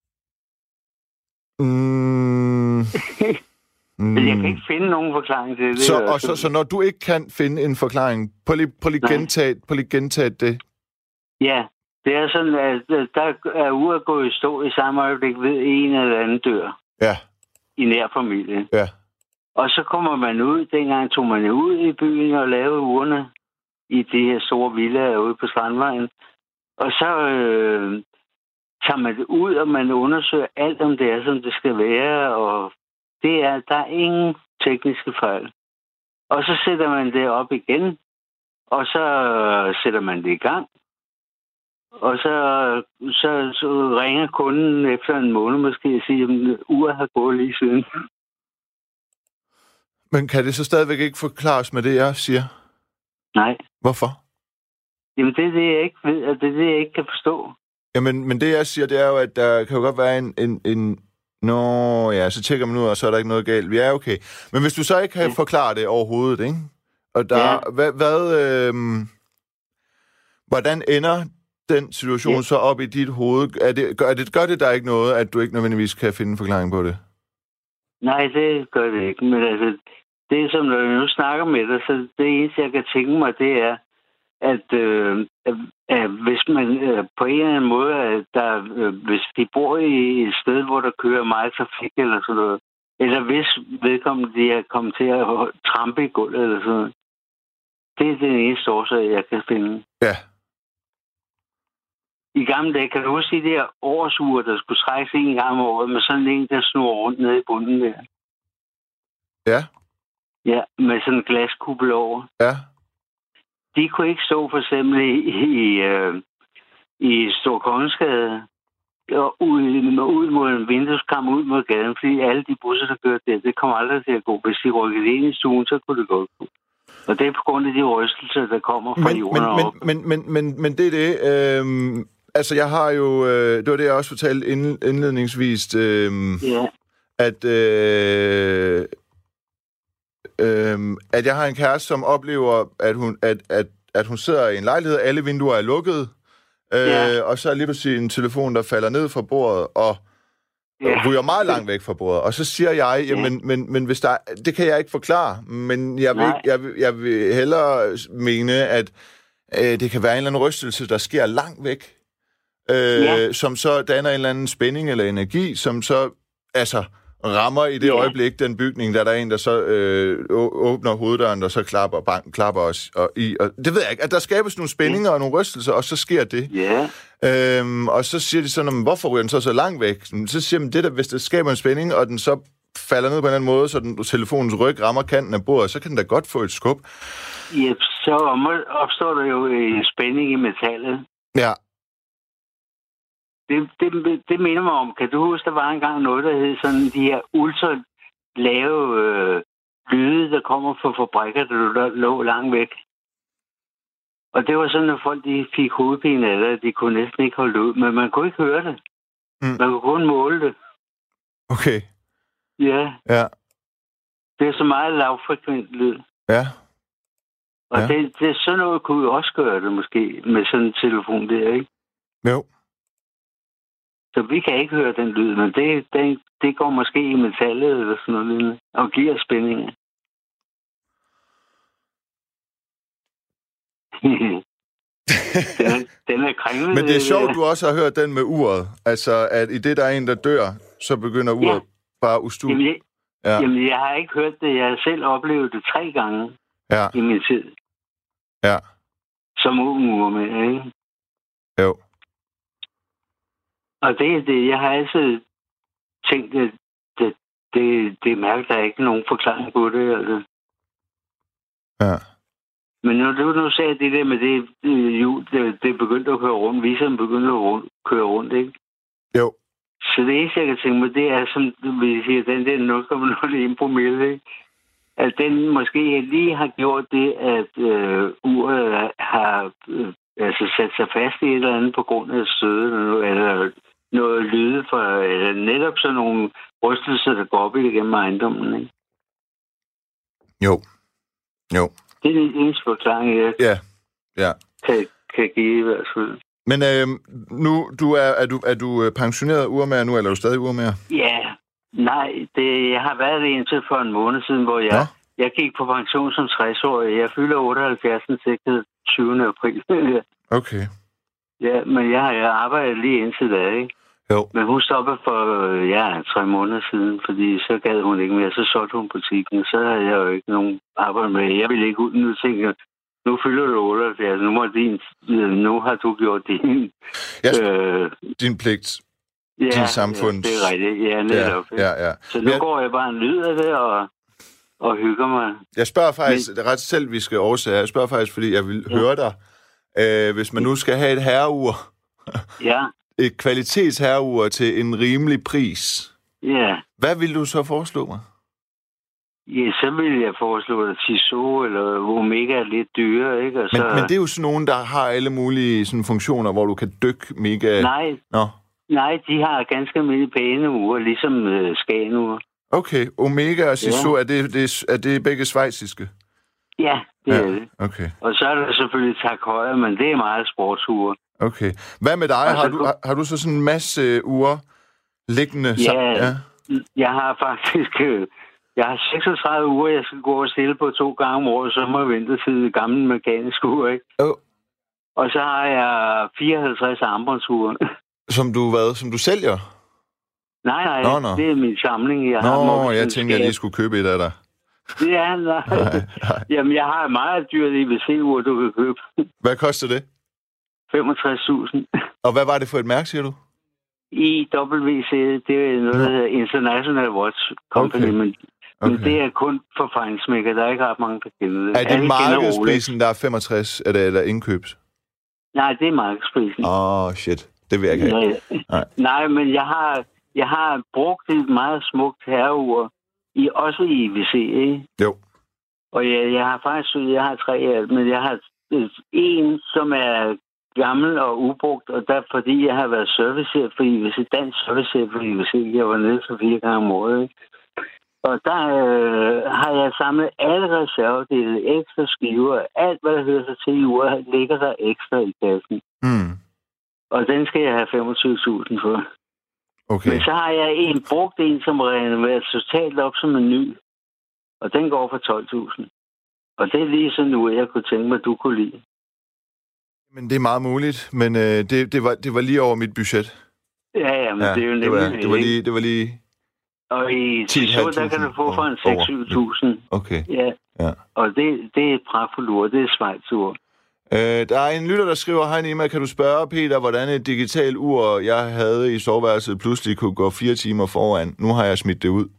Mm. Men jeg kan ikke finde nogen forklaring til det. Så, og så, så når du ikke kan finde en forklaring, prøv lige, prøv lige gentage, prøv lige gentage det. Ja, det er sådan, at der er uret gået i stå i samme øjeblik ved en eller anden dør. Ja. I nær familie. Ja. Og så kommer man ud, dengang tog man ud i byen og lavede urene i de her store villaer ude på Strandvejen. Og så øh, tager man det ud, og man undersøger alt, om det er, som det skal være, og det er, der er ingen tekniske fejl. Og så sætter man det op igen, og så sætter man det i gang. Og så, så, så ringer kunden efter en måned måske og siger, at uret har gået lige siden. Men kan det så stadigvæk ikke forklares med det, jeg siger? Nej. Hvorfor? Jamen, det er det, jeg ikke ved, og det er det, jeg ikke kan forstå. Jamen, men det, jeg siger, det er jo, at der kan jo godt være en... en, en Nå, ja, så tjekker man ud, og så er der ikke noget galt. Vi er okay. Men hvis du så ikke kan ja. forklare det overhovedet, ikke? Og der, ja. hvad, hvad øh, hvordan ender den situation ja. så op i dit hoved? Er det, gør, det, gør det der ikke noget, at du ikke nødvendigvis kan finde en forklaring på det? Nej, det gør det ikke. Men altså, det som når jeg nu snakker med dig, så det eneste, jeg kan tænke mig, det er, at, øh, at, at hvis man øh, på en eller anden måde, at der, øh, hvis de bor i et sted, hvor der kører meget trafik eller sådan noget, eller hvis vedkommende de er kommet til at trampe i gulvet eller sådan noget, det er den eneste årsag, jeg kan finde. Ja. I gamle dage, kan du huske de der årsure, der skulle trækkes en gang om året, med sådan en, der snurrer rundt nede i bunden der? Ja. Ja, med sådan en glaskuppel over. Ja. De kunne ikke stå for eksempel i, i, øh, i Stor Kongensgade, og ud, ud mod en vindueskarm, ud mod gaden, fordi alle de busser, der kører der, det kommer aldrig til at gå. Hvis de rykkede ind i stuen, så kunne det gå. Og det er på grund af de rystelser, der kommer fra men, jorden men, op. men, men, men, men det er det. Øh, altså, jeg har jo... Øh, det var det, jeg også fortalte ind, indledningsvis. Øh, ja. At... Øh, øh, at jeg har en kæreste, som oplever, at hun, at, at, at hun sidder i en lejlighed, alle vinduer er lukkede, øh, ja. Og så er lige pludselig en telefon, der falder ned fra bordet, og ja. ryger meget langt væk fra bordet. Og så siger jeg, jamen, ja. men, men hvis der er, det kan jeg ikke forklare, men jeg vil, ikke, jeg, vil, jeg vil hellere mene, at øh, det kan være en eller anden rystelse, der sker langt væk, øh, ja. som så danner en eller anden spænding eller energi, som så altså rammer i det ja. øjeblik den bygning, der er der en, der så øh, åbner hoveddøren, og så klapper, bang, klapper os og i. Og det ved jeg ikke, at der skabes nogle spændinger ja. og nogle rystelser, og så sker det. Ja. Øhm, og så siger de sådan, hvorfor ryger den så så langt væk? Så siger de, det der, hvis det skaber en spænding, og den så falder ned på en anden måde, så den, telefonens ryg rammer kanten af bordet, så kan den da godt få et skub. Ja, så opstår der jo en spænding i metallet. Ja. Det, det, det minder mig om, kan du huske, der var engang noget, der hed sådan de her ultra lave øh, lyde, der kommer fra fabrikker, der lå langt væk. Og det var sådan, at folk de fik hovedpine af det, de kunne næsten ikke holde ud, men man kunne ikke høre det. Mm. Man kunne kun måle det. Okay. Ja. Ja. Det er så meget lavfrekvent lyd. Ja. Og ja. det, det, sådan noget kunne jo også gøre det, måske, med sådan en telefon der, ikke? Jo. Så vi kan ikke høre den lyd, men det, det, det går måske i metallet eller sådan noget lignende, og giver spændinger. den, er, den er kringlet. Men det er sjovt, du også har hørt den med uret. Altså, at i det, der er en, der dør, så begynder uret ja. bare ustue. Jamen, jeg, ja. jamen, jeg har ikke hørt det. Jeg har selv oplevet det tre gange ja. i min tid. Ja. Som ung urmand, ikke? Jo. Og det er det. Jeg har altid tænkt, at det, det, det mærker, der er ikke nogen forklaring på det. Altså. Ja. Men nu, nu, nu sagde jeg det der med det, det jul, det, det begyndte at køre rundt. Viseren begyndte at rundt, køre rundt, ikke? Jo. Så det eneste, jeg kan tænke mig, det er, som vi siger, den der nul komma nul en promille, ikke? At den måske lige har gjort det, at øh, uret har øh, altså sat sig fast i et eller andet på grund af stødet, eller, eller noget lyde fra, eller netop sådan nogle rystelser, der går op igennem ejendommen, ikke? Jo. Jo. Det er den eneste forklaring, jeg ja. Ja. Kan, kan give i hvert fald. Men øh, nu, du er, er, du, er du pensioneret urmager nu, eller er du stadig urmager? Ja, nej, det, jeg har været det indtil for en måned siden, hvor jeg, ja. jeg gik på pension som tres-årig. Jeg fylder otteoghalvfjerds til tyvende april. Okay. Ja, men jeg har jeg arbejdet lige indtil da, ikke? Jo. Men hun stoppede for, ja, tre måneder siden, fordi så gad hun ikke mere. Så solgte hun butikken, så havde jeg jo ikke nogen arbejde med. Jeg ville ikke ud, nu tænkte jeg, nu fylder du otteoghalvfjerds, nu, må din, nu har du gjort din... Yes, øh, din pligt. Ja, din samfunds... ja, det er rigtigt. Ja, netop. Ja, ja, ja. Så nu jeg... går jeg bare en lyd af det, og, og hygger mig. Jeg spørger faktisk, Men... det er ret selviske årsager, jeg spørger faktisk, fordi jeg vil ja. høre dig, øh, hvis man nu skal have et herreur, ja. et kvalitetsherreur til en rimelig pris, ja. hvad vil du så foreslå mig? Ja, så vil jeg foreslå, at Tissot eller Omega er lidt dyre, ikke? Og så... men, men det er jo sådan nogen, der har alle mulige sådan, funktioner, hvor du kan dykke mega... Nej, Nå. Nej, de har ganske almindelige pæne uger, ligesom øh, Skagen-uger. Okay, Omega og Tissot, ja. er, det, det, er det begge schweiziske? Ja, det ja. er det. Okay. Og så er der selvfølgelig Tak Højre, men det er meget sportsuger. Okay. Hvad med dig? Har du, har, har du så sådan en masse uger liggende? Ja, ja, jeg har faktisk... Øh, Jeg har seksogtredive uger, jeg skal gå og stille på to gange om året, så må jeg vente til gamle mekaniske uger, ikke? Oh. Og så har jeg fireoghalvtreds armbåndsure. Som du hvad? Som du sælger? Nej, nej, nå, nå. det er min samling. Jeg nå, har jeg tænkte, jeg lige skulle købe et af dig. Det er nej. nej, nej. Jamen, jeg har et meget dyrt I V C-ur, du kan købe. Hvad koster det? femogtres tusind. Og hvad var det for et mærke, siger du? I W C, det er noget, der hedder International Watch Company, okay. men Okay. Men det er kun for fejnsmækker. Der er ikke ret mange, der kender det. Er det Alle markedsprisen, der er femogtres, eller, eller indkøbs? Nej, det er markedsprisen. Åh, oh, shit. Det vil jeg ikke have. Nej, Nej. Nej, men jeg har, jeg har brugt et meget smukt herreur, i, også i I V C, ikke? Jo. Og jeg, jeg har faktisk, jeg har tre af dem, men jeg har en, som er gammel og ubrugt, og der fordi jeg har været servicechef for I V C, dansk servicechef for I V C, jeg var nede for fire gange om året, ikke? Og der øh, har jeg samlet alle reservedele, ekstra skiver, alt hvad der hører sig til i uret, ligger der ekstra i kassen. Mm. Og den skal jeg have femogtyve tusind for. Okay. Men så har jeg en brugt en, som renoverer totalt op som en ny. Og den går for tolv tusind. Og det er lige sådan nu, jeg kunne tænke mig, du kunne lide. Men det er meget muligt, men øh, det, det, var, det var lige over mit budget. Ja, ja, men ja, det er jo nemlig... Det var, det var lige... Det var lige og i Tissot, der kan du få for en seks til syv tusind. Okay. Ja. ja. Og det, det er et pragtfuldt ur. Det er Schweiz-ur. Øh, der er en lytter, der skriver, hej Nima, kan du spørge Peter, hvordan et digitalt ur, jeg havde i soveværelset, pludselig kunne gå fire timer foran? Nu har jeg smidt det ud.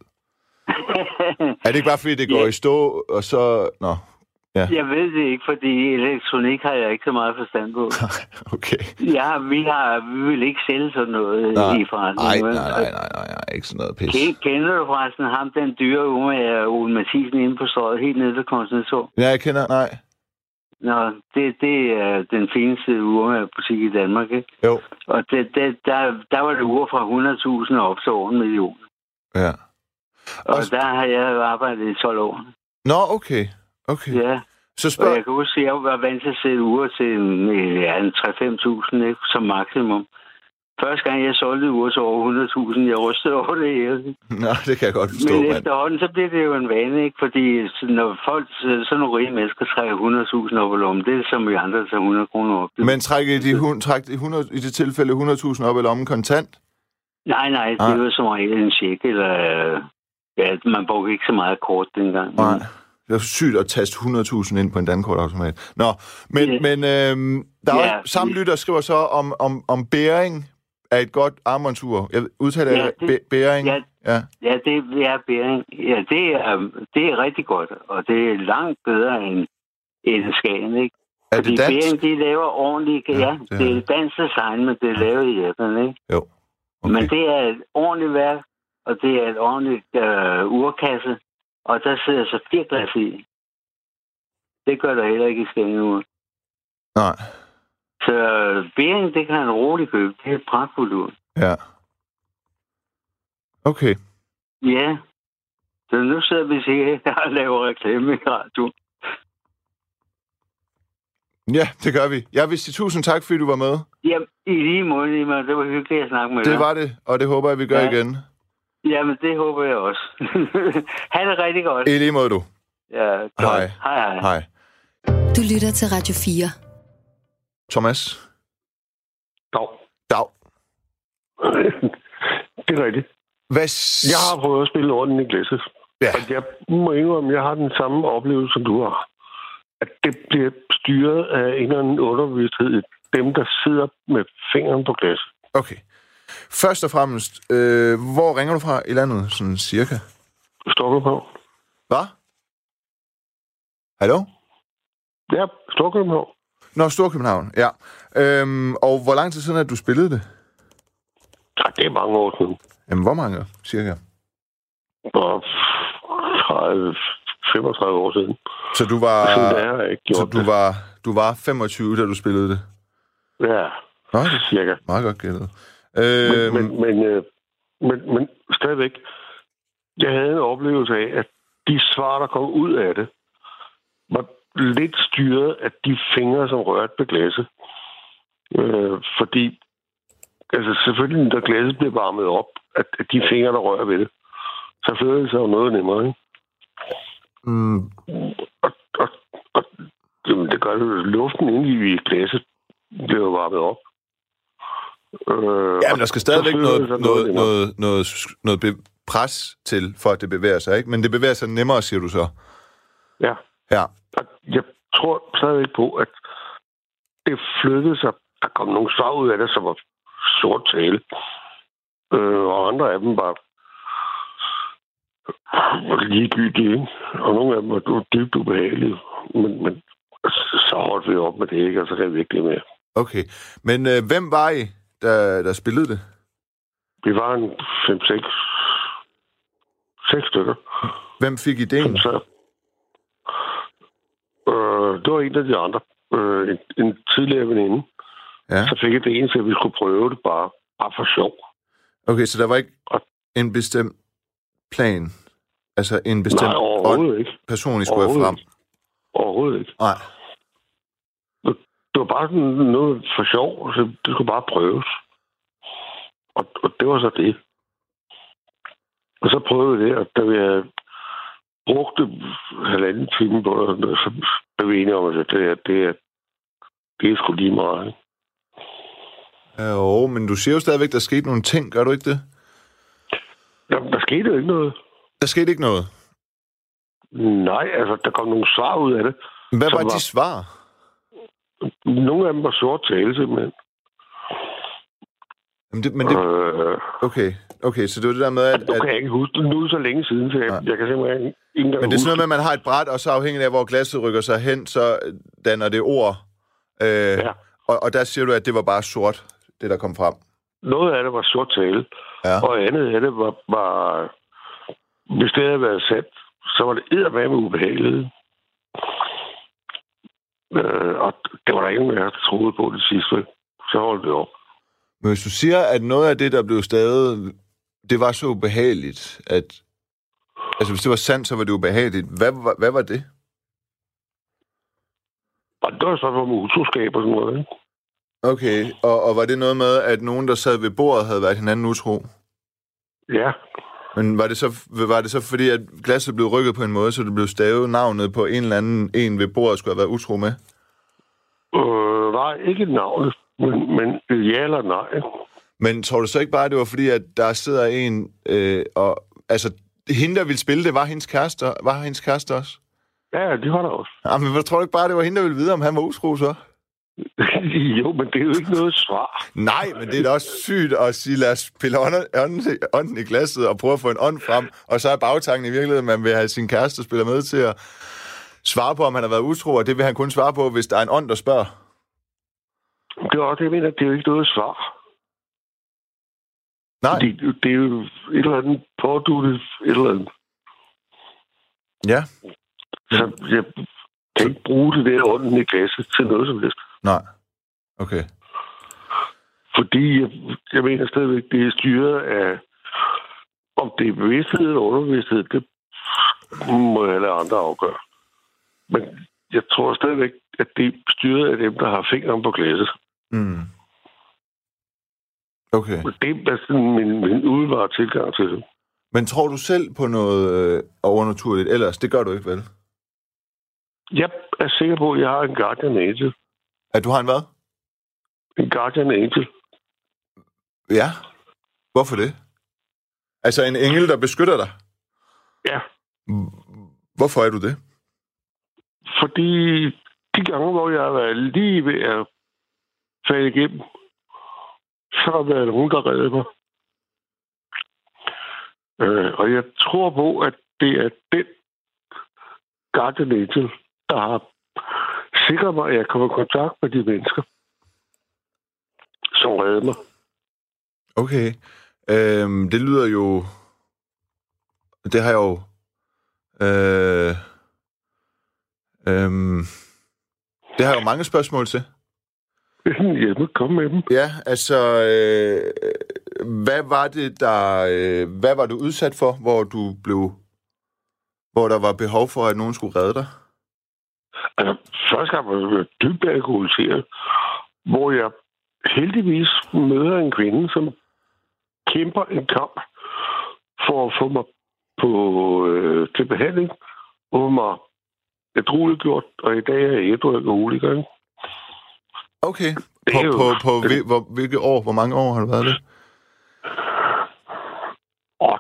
Er det ikke bare, fordi det går ja. i stå, og så... Nå, ja. Jeg ved det ikke, fordi elektronik har jeg ikke så meget forstand på. Okay. Ja, vi, har, vi vil ikke sælge sådan noget nej. i forretningen. Nej, nej, nej, nej, nej, nej, ikke sådan noget pis. Kender du forresten ham, den dyre uge med Ole Mathisen inde på strøget, helt nede ved Konstantin? Ja, jeg kender, nej. Nå, det, det er den fineste urbutik i Danmark, ikke? Jo. Og det, det, der, der var det ure fra hundrede tusind op til over en million. Ja. Og, og der har jeg arbejdet i tolv år. Nå, okay. Okay. Ja. Så spørg... Og jeg kan huske, at jeg var vant til at sætte ure til ja, tre til fem tusind, ikke? Som maksimum. Første gang, jeg solgte ure til over hundrede tusind, jeg rystede over det hele. Nå, det kan jeg godt forstå, men mand. efterhånden, så bliver det jo en vane, ikke? Fordi når folk, sådan nogle rige mennesker, trækker hundrede tusind op i lommen, det er som vi andre, der tager hundrede kroner op. Men trækker de, træk de hundrede, i det tilfælde hundrede tusind op i lommen kontant? Nej, nej, det ah. var som regel en check, eller... Ja, man brugte ikke så meget kort dengang. Nej. Det er sygt at taste hundrede tusind ind på en dankortautomat. Nå, men, yeah. men øhm, der er yeah. også, samme lytter skriver så om, om, om Bering er et godt armbåndsur. Jeg udtaler ja, det, Bering. Ja, ja. ja, det er Bering. Ja, det er, det er rigtig godt, og det er langt bedre end, end Skagen, ikke? Er Fordi det dansk? Bering, de laver ordentligt... Ja, ja det, det er dansk design, men det er lavet i Japan, ikke? Jo. Okay. Men det er et ordentligt værk, og det er et ordentligt øh, urkasse, og der sidder så fire glas i. Det gør der heller ikke i Skagen. Nej. Så Bering, det kan han roligt købe. Det er et pragtfuldt ur. Ja. Okay. Ja. Så nu sidder vi her og laver reklame i radio. Ja, det gør vi. Jeg vil sige tusind tak, fordi du var med. Jamen, i lige måde, det var hyggeligt at snakke med dig. dig. Det var det, og det håber jeg, vi gør ja. igen. Jamen, det håber jeg også. Ha' det rigtig godt. I lige måde, du. Ja, godt. Hej. Hej, hej. Hej. Du lytter til Radio fire. Thomas? Dag. Dag. Det er rigtigt. Hvad? Jeg har prøvet at spille orden i glæsset. Ja. Og jeg må indrømme, at jeg har den samme oplevelse, som du har. At det bliver styret af en eller anden underbevidsthed. Dem, der sidder med fingeren på glasset. Okay. Først og fremmest, øh, hvor ringer du fra i landet, sådan cirka? Storkøbenhavn. Hvad? Hallo? Ja, Storkøbenhavn. Nå, Storkøbenhavn, ja. Øhm, og hvor lang tid siden, at du spillede det? Ja, det er mange år siden. Jamen, hvor mange, cirka? Og tredive, femogtredive år siden. Så du var... Sådan der har jeg ikke gjort så du det. var, du var femogtyve, da du spillede det? Ja, Nå, det er cirka. Meget godt gældet. Øhm... Men, men, men, øh, men, men stadigvæk, jeg havde en oplevelse af, at de svar, der kom ud af det, var lidt styret af de fingre, som rørte ved glasset. Øh, fordi, altså selvfølgelig, når glasset bliver varmet op, at, at de fingre, der rører ved det, så føler det sig jo noget nemmere, ikke? Mm. Og, og, og jamen, det gør det, luften inde i glasset bliver varmet op. Øh, ja, men der skal stadigvæk noget, noget, noget, noget, noget, noget be- pres til, for at det bevæger sig, ikke? Men det bevæger sig nemmere, siger du så? Ja. Ja. Og jeg tror stadigvæk på, at det flyttede sig. Der kom nogle svar ud af det, som var sort tale. Øh, og andre af dem var, var ligegyldige, ikke? Og nogle af dem var dybt ubehagelige. Men, men så holdt vi op med det, ikke? Og så kan vi ikke mere. Okay. Men øh, hvem var I, der, der spillede det? Vi var en fem seks seks stykker. Hvem fik ideen? Så, øh, det var en af de andre. Øh, en, en tidligere veninde. Ja. Så fik jeg det ene til, at vi skulle prøve det bare, bare for sjov. Okay, så der var ikke en bestemt plan? Altså en bestemt Nej, overhovedet ikke. person, I skulle have frem? Ikke. Overhovedet ikke. Nej. Det, det var bare sådan noget for sjov, så det skulle bare prøves. Og, og det var så det. Og så prøvede vi det, og da vi havde brugt halvanden time på det, så blev vi enige om, at det er, det er, det er sgu lige meget. Jo, men du siger jo stadigvæk, der skete nogle ting, gør du ikke det? Jamen, der skete jo ikke noget. Der skete ikke noget? Nej, altså, der kom nogle svar ud af det. Hvad var, var de svar? Nogle af dem var sort tale, simpelthen. Jamen det, men det... Øh, okay, okay, så det var det der med, at... Du kan jeg ikke huske det. Nu er det så længe siden, så jeg, jeg kan simpelthen ikke engang Men det er sådan noget med, huske. at man har et bræt, og så afhængig af, hvor glasset rykker sig hen, så danner det ord. Øh, ja. og, og der siger du, at det var bare sort, det der kom frem. Noget af det var sort tale, ja. Og andet af det var, var... Hvis det havde været sandt, så var det eddermame ubehageligt. Øh, og det var der ingen, der troede på det sidste. Så holdt det op. Men hvis du siger, at noget af det, der blev stadig, det var så ubehageligt, at... Altså, hvis det var sandt, så var det ubehageligt. Hvad, hvad, hvad var det? Og det var så for med utroskab og sådan noget, ikke? Okay, og, og var det noget med, at nogen, der sad ved bordet, havde været hinanden utro? Ja. Men var det så, var det så fordi, at glasset blev rykket på en måde, så det blev stavet navnet på en eller anden en ved bordet, skulle have været utro med? Øh, nej, ikke navnet, men, men ja eller nej. Men tror du så ikke bare, at det var fordi, at der sidder en, øh, og altså, hende, der ville spille det, var hendes kæreste, var hendes kæreste også? Ja, det var der også. Ja, men tror du ikke bare, det var hende, der ville vide, om han var utro så? Jo, men det er jo ikke noget svar. Nej, men det er da også sygt at sige, lad os spille ånden, ånden i glasset og prøve at få en ånd frem, og så er bagtanken i virkeligheden, at man vil have sin kæreste spiller med til at svare på, om han har været utro, og det vil han kun svare på, hvis der er en ånd, der spørger. Det er også det, jeg mener, det er jo ikke noget svar. Nej. Fordi det er jo et eller andet påduttet et eller andet. Ja. Så jeg kan ikke bruge det der ånden i glasset til noget som helst. Nej. Okay. Fordi jeg, jeg mener stadigvæk, det er styret af, om det er bevidsthed eller underbevidsthed, det må alle andre afgøre. Men jeg tror stadigvæk, at det er styret af dem, der har fingeren på glasset. Mm. Okay. Det er sådan min, min udvare tilgang til det. Men tror du selv på noget øh, overnaturligt ellers? Det gør du ikke, vel? Jeg er sikker på, at jeg har en guardian angel. At du har en hvad? En guardian angel. Ja. Hvorfor det? Altså en engel, der beskytter dig? Ja. Hvorfor er du det? Fordi de gange, hvor jeg har været lige ved at falde igennem, så har der været nogen, der redder mig. Øh, og jeg tror på, at det er den guardian angel, der har sikret mig, at jeg kommer i kontakt med de mennesker, som redder mig. Okay. Øhm, det lyder jo... Det har jeg jo... Øh, øhm, det har jeg jo mange spørgsmål til. Hjemme, kom med dem. Ja, altså... Øh, hvad var det, der... Øh, hvad var du udsat for, hvor du blev... Hvor der var behov for, at nogen skulle redde dig? Altså, første gang var jeg dybt alkoholiseret, hvor jeg heldigvis møder en kvinde, som kæmper en kamp for at få mig på, øh, til behandling, og hun mig ædrueliggjort, og i dag er jeg ædru alkoholiker. Okay. På, jo, på, på hvil, hvor, hvilke år? Hvor mange år har du været det? Og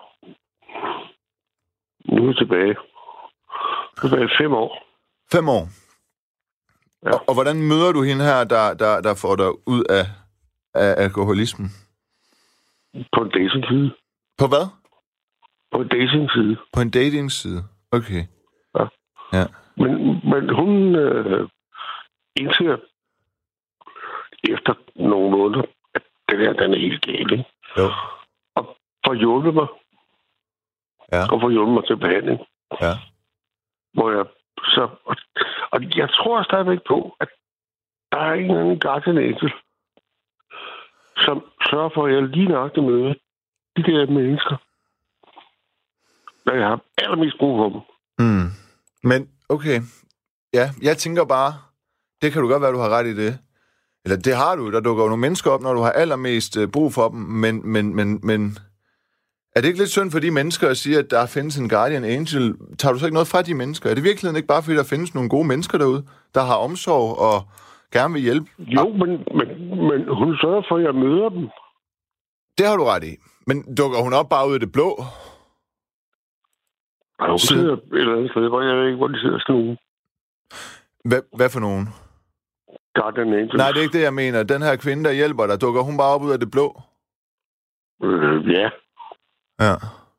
nu er jeg tilbage. Det har været fem år. Fem år? Ja. Og, og hvordan møder du hende her, der, der, der får dig ud af, af alkoholismen? På en dating-side. På hvad? På en dating-side. På en dating-side? Okay. Ja. Ja. Men, men hun øh, indser efter nogle måneder, at det der, den er helt galt, ikke? Jo. Og for at hjælpe mig. Ja. Og for at hjælpe mig til behandling. Ja. Hvor jeg så... Og, og jeg tror stadigvæk på, at der er en eller anden guardian angel, som sørger for, at jeg lige nøjagtigt møder de der mennesker, når jeg har allermest brug for dem. Mm. Men, okay. Ja, jeg tænker bare, det kan du godt være, du har ret i det. Eller det har du, der dukker jo nogle mennesker op, når du har allermest øh, brug for dem, men, men, men, men er det ikke lidt synd for de mennesker at sige, at der findes en guardian angel? Tager du så ikke noget fra de mennesker? Er det virkeligheden ikke bare, fordi der findes nogle gode mennesker derude, der har omsorg og gerne vil hjælpe? Jo, men, men, men hun sørger for, at jeg møder dem. Det har du ret i. Men dukker hun op bare ud af det blå? Ja, hun sidder et eller andet sted, hvor jeg ved ikke, hvor de sidder sådan nogle. Hvad, hvad for nogen? Guardian angels. Nej, det er ikke det, jeg mener. Den her kvinde, der hjælper dig, dukker hun bare op ud af det blå? Øh, ja. Ja.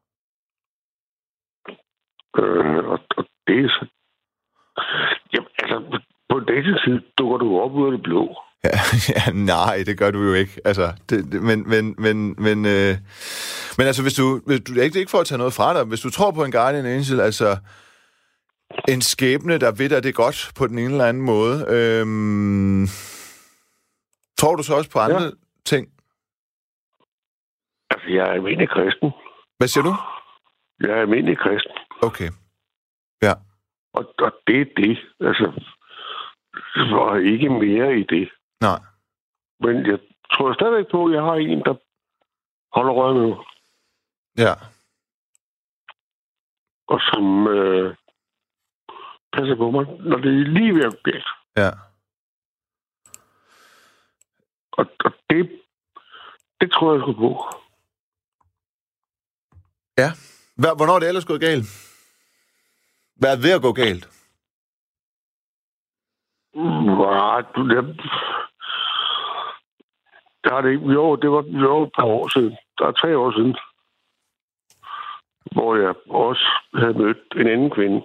Øh, og, og det er så... Jamen, altså, på en datingtid dukker du op ud af det blå. Ja, ja, nej, det gør du jo ikke. Altså, det, det, men, men, men, men, øh, men altså, hvis du, hvis du ikke, ikke for at tage noget fra dig, hvis du tror på en guardian angel, altså en skæbne, der ved dig det godt på den ene eller anden måde, øhm, tror du så også på andre ja. ting? Altså, jeg er almindelig kristen. Hvad siger du? Jeg er almindelig kristen. Okay. Ja. Og, og det er det. Altså, der er ikke mere i det. Nej. Men jeg tror stadigvæk på, at jeg har en, der holder røret med. Ja. Og som øh, passer på mig, når det er lige ved at gå galt. Ja. Og, og det, det tror jeg sgu på. Ja. Hvornår er det ellers gået galt? Hvad er ved at gå galt? Nej, du der... Der er det ikke. Jo, det var jo et par år siden. Der er tre år siden. Hvor jeg også havde mødt en anden kvinde.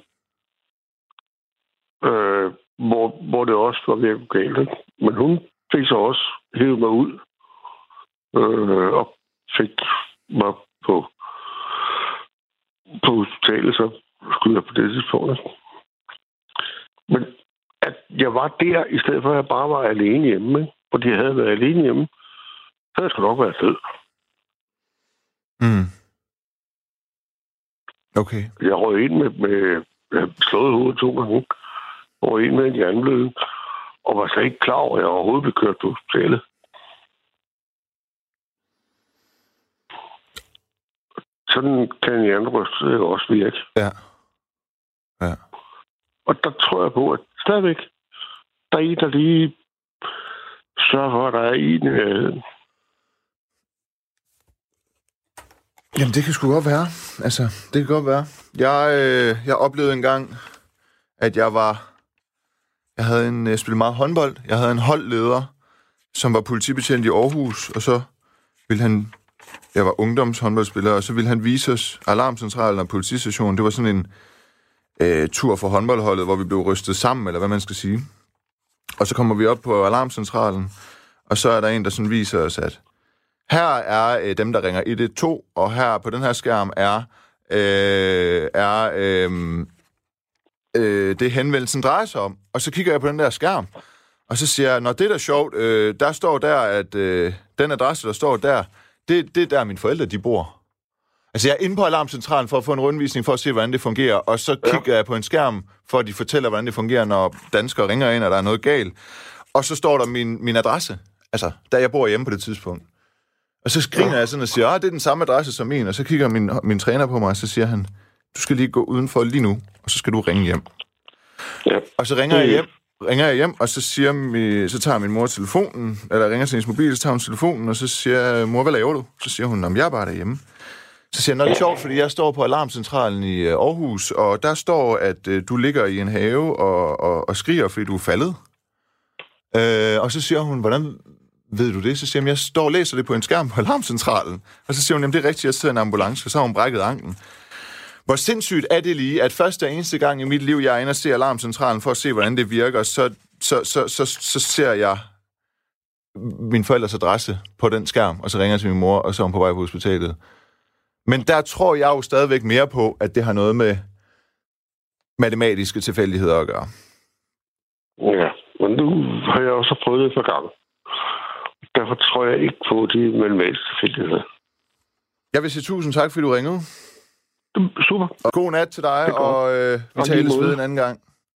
Øh, hvor, hvor det også var ved at gå galt. Ikke? Men hun fik så også hævet mig ud. Øh, og fik mig på, på hospitalet, så skulle jeg på det tidspunkt. Men at jeg var der, i stedet for at jeg bare var alene hjemme, ikke? Fordi jeg havde været alene hjemme, så havde jeg sgu nok været død. Mm. Okay. Jeg røg ind med, med jeg slået hovedet to gange, og ind med en jernblødning, og var slet ikke klar over, at jeg overhovedet blev kørt på hospitalet. Sådan kan en jernryst også virke. Ja. Ja. Og der tror jeg på, at stadigvæk, der er en, der lige sørger for, at der er en... Øh... Jamen, det kan sgu godt være. Altså, det kan godt være. Jeg, øh, jeg oplevede engang, at jeg var... Jeg havde en, jeg spillede meget håndbold. Jeg havde en holdleder, som var politibetjent i Aarhus, og så ville han... Jeg var ungdomshåndboldspiller, og så ville han vise os alarmcentralen og politistationen. Det var sådan en øh, tur for håndboldholdet, hvor vi blev rystet sammen, eller hvad man skal sige. Og så kommer vi op på alarmcentralen, og så er der en, der sådan viser os, at her er øh, dem, der ringer et et to, og her på den her skærm er, øh, er øh, øh, det henvendelsen drejer sig om. Og så kigger jeg på den der skærm, og så siger jeg, når det er da sjovt, øh, der står der, at øh, den adresse, der står der, det, det er der, mine forældre, de bor. Altså, jeg er inde på alarmcentralen for at få en rundvisning for at se, hvordan det fungerer, og så kigger ja. jeg på en skærm, for at de fortæller, hvordan det fungerer, når danskere ringer ind, og der er noget galt. Og så står der min, min adresse, altså, der jeg bor hjemme på det tidspunkt. Og så griner ja. jeg sådan og siger, ah, det er den samme adresse som min, og så kigger min, min træner på mig, og så siger han, du skal lige gå udenfor lige nu, og så skal du ringe hjem. Ja. Og så ringer jeg hjem, ringer jeg hjem, og så, siger mi, så tager min mor telefonen, eller ringer til hendes mobil, så tager hun telefonen, og så siger jeg, mor, hvad laver du? Så siger hun, om jeg er bare derhjemme. Så siger jeg, nå, det er sjovt, fordi jeg står på alarmcentralen i Aarhus, og der står, at øh, du ligger i en have og, og, og skriger, fordi du er faldet. Øh, og så siger hun, hvordan ved du det? Så siger hun, jeg står og læser det på en skærm på alarmcentralen. Og så siger hun, jamen det er rigtigt, jeg sidder i en ambulance, og så har hun brækket anklen. Hvor sindssygt er det lige, at første og eneste gang i mit liv, jeg er inde og ser alarmcentralen for at se, hvordan det virker, så, så, så, så, så ser jeg min forældres adresse på den skærm, og så ringer jeg til min mor, og så er hun på vej på hospitalet. Men der tror jeg jo stadigvæk mere på, at det har noget med matematiske tilfældigheder at gøre. Ja, men nu har jeg også prøvet det et par gange. Derfor tror jeg ikke på de matematiske tilfældigheder. Jeg vil sige tusind tak, fordi du ringede. Super. Og god nat til dig, og øh, vi tales ved en anden gang.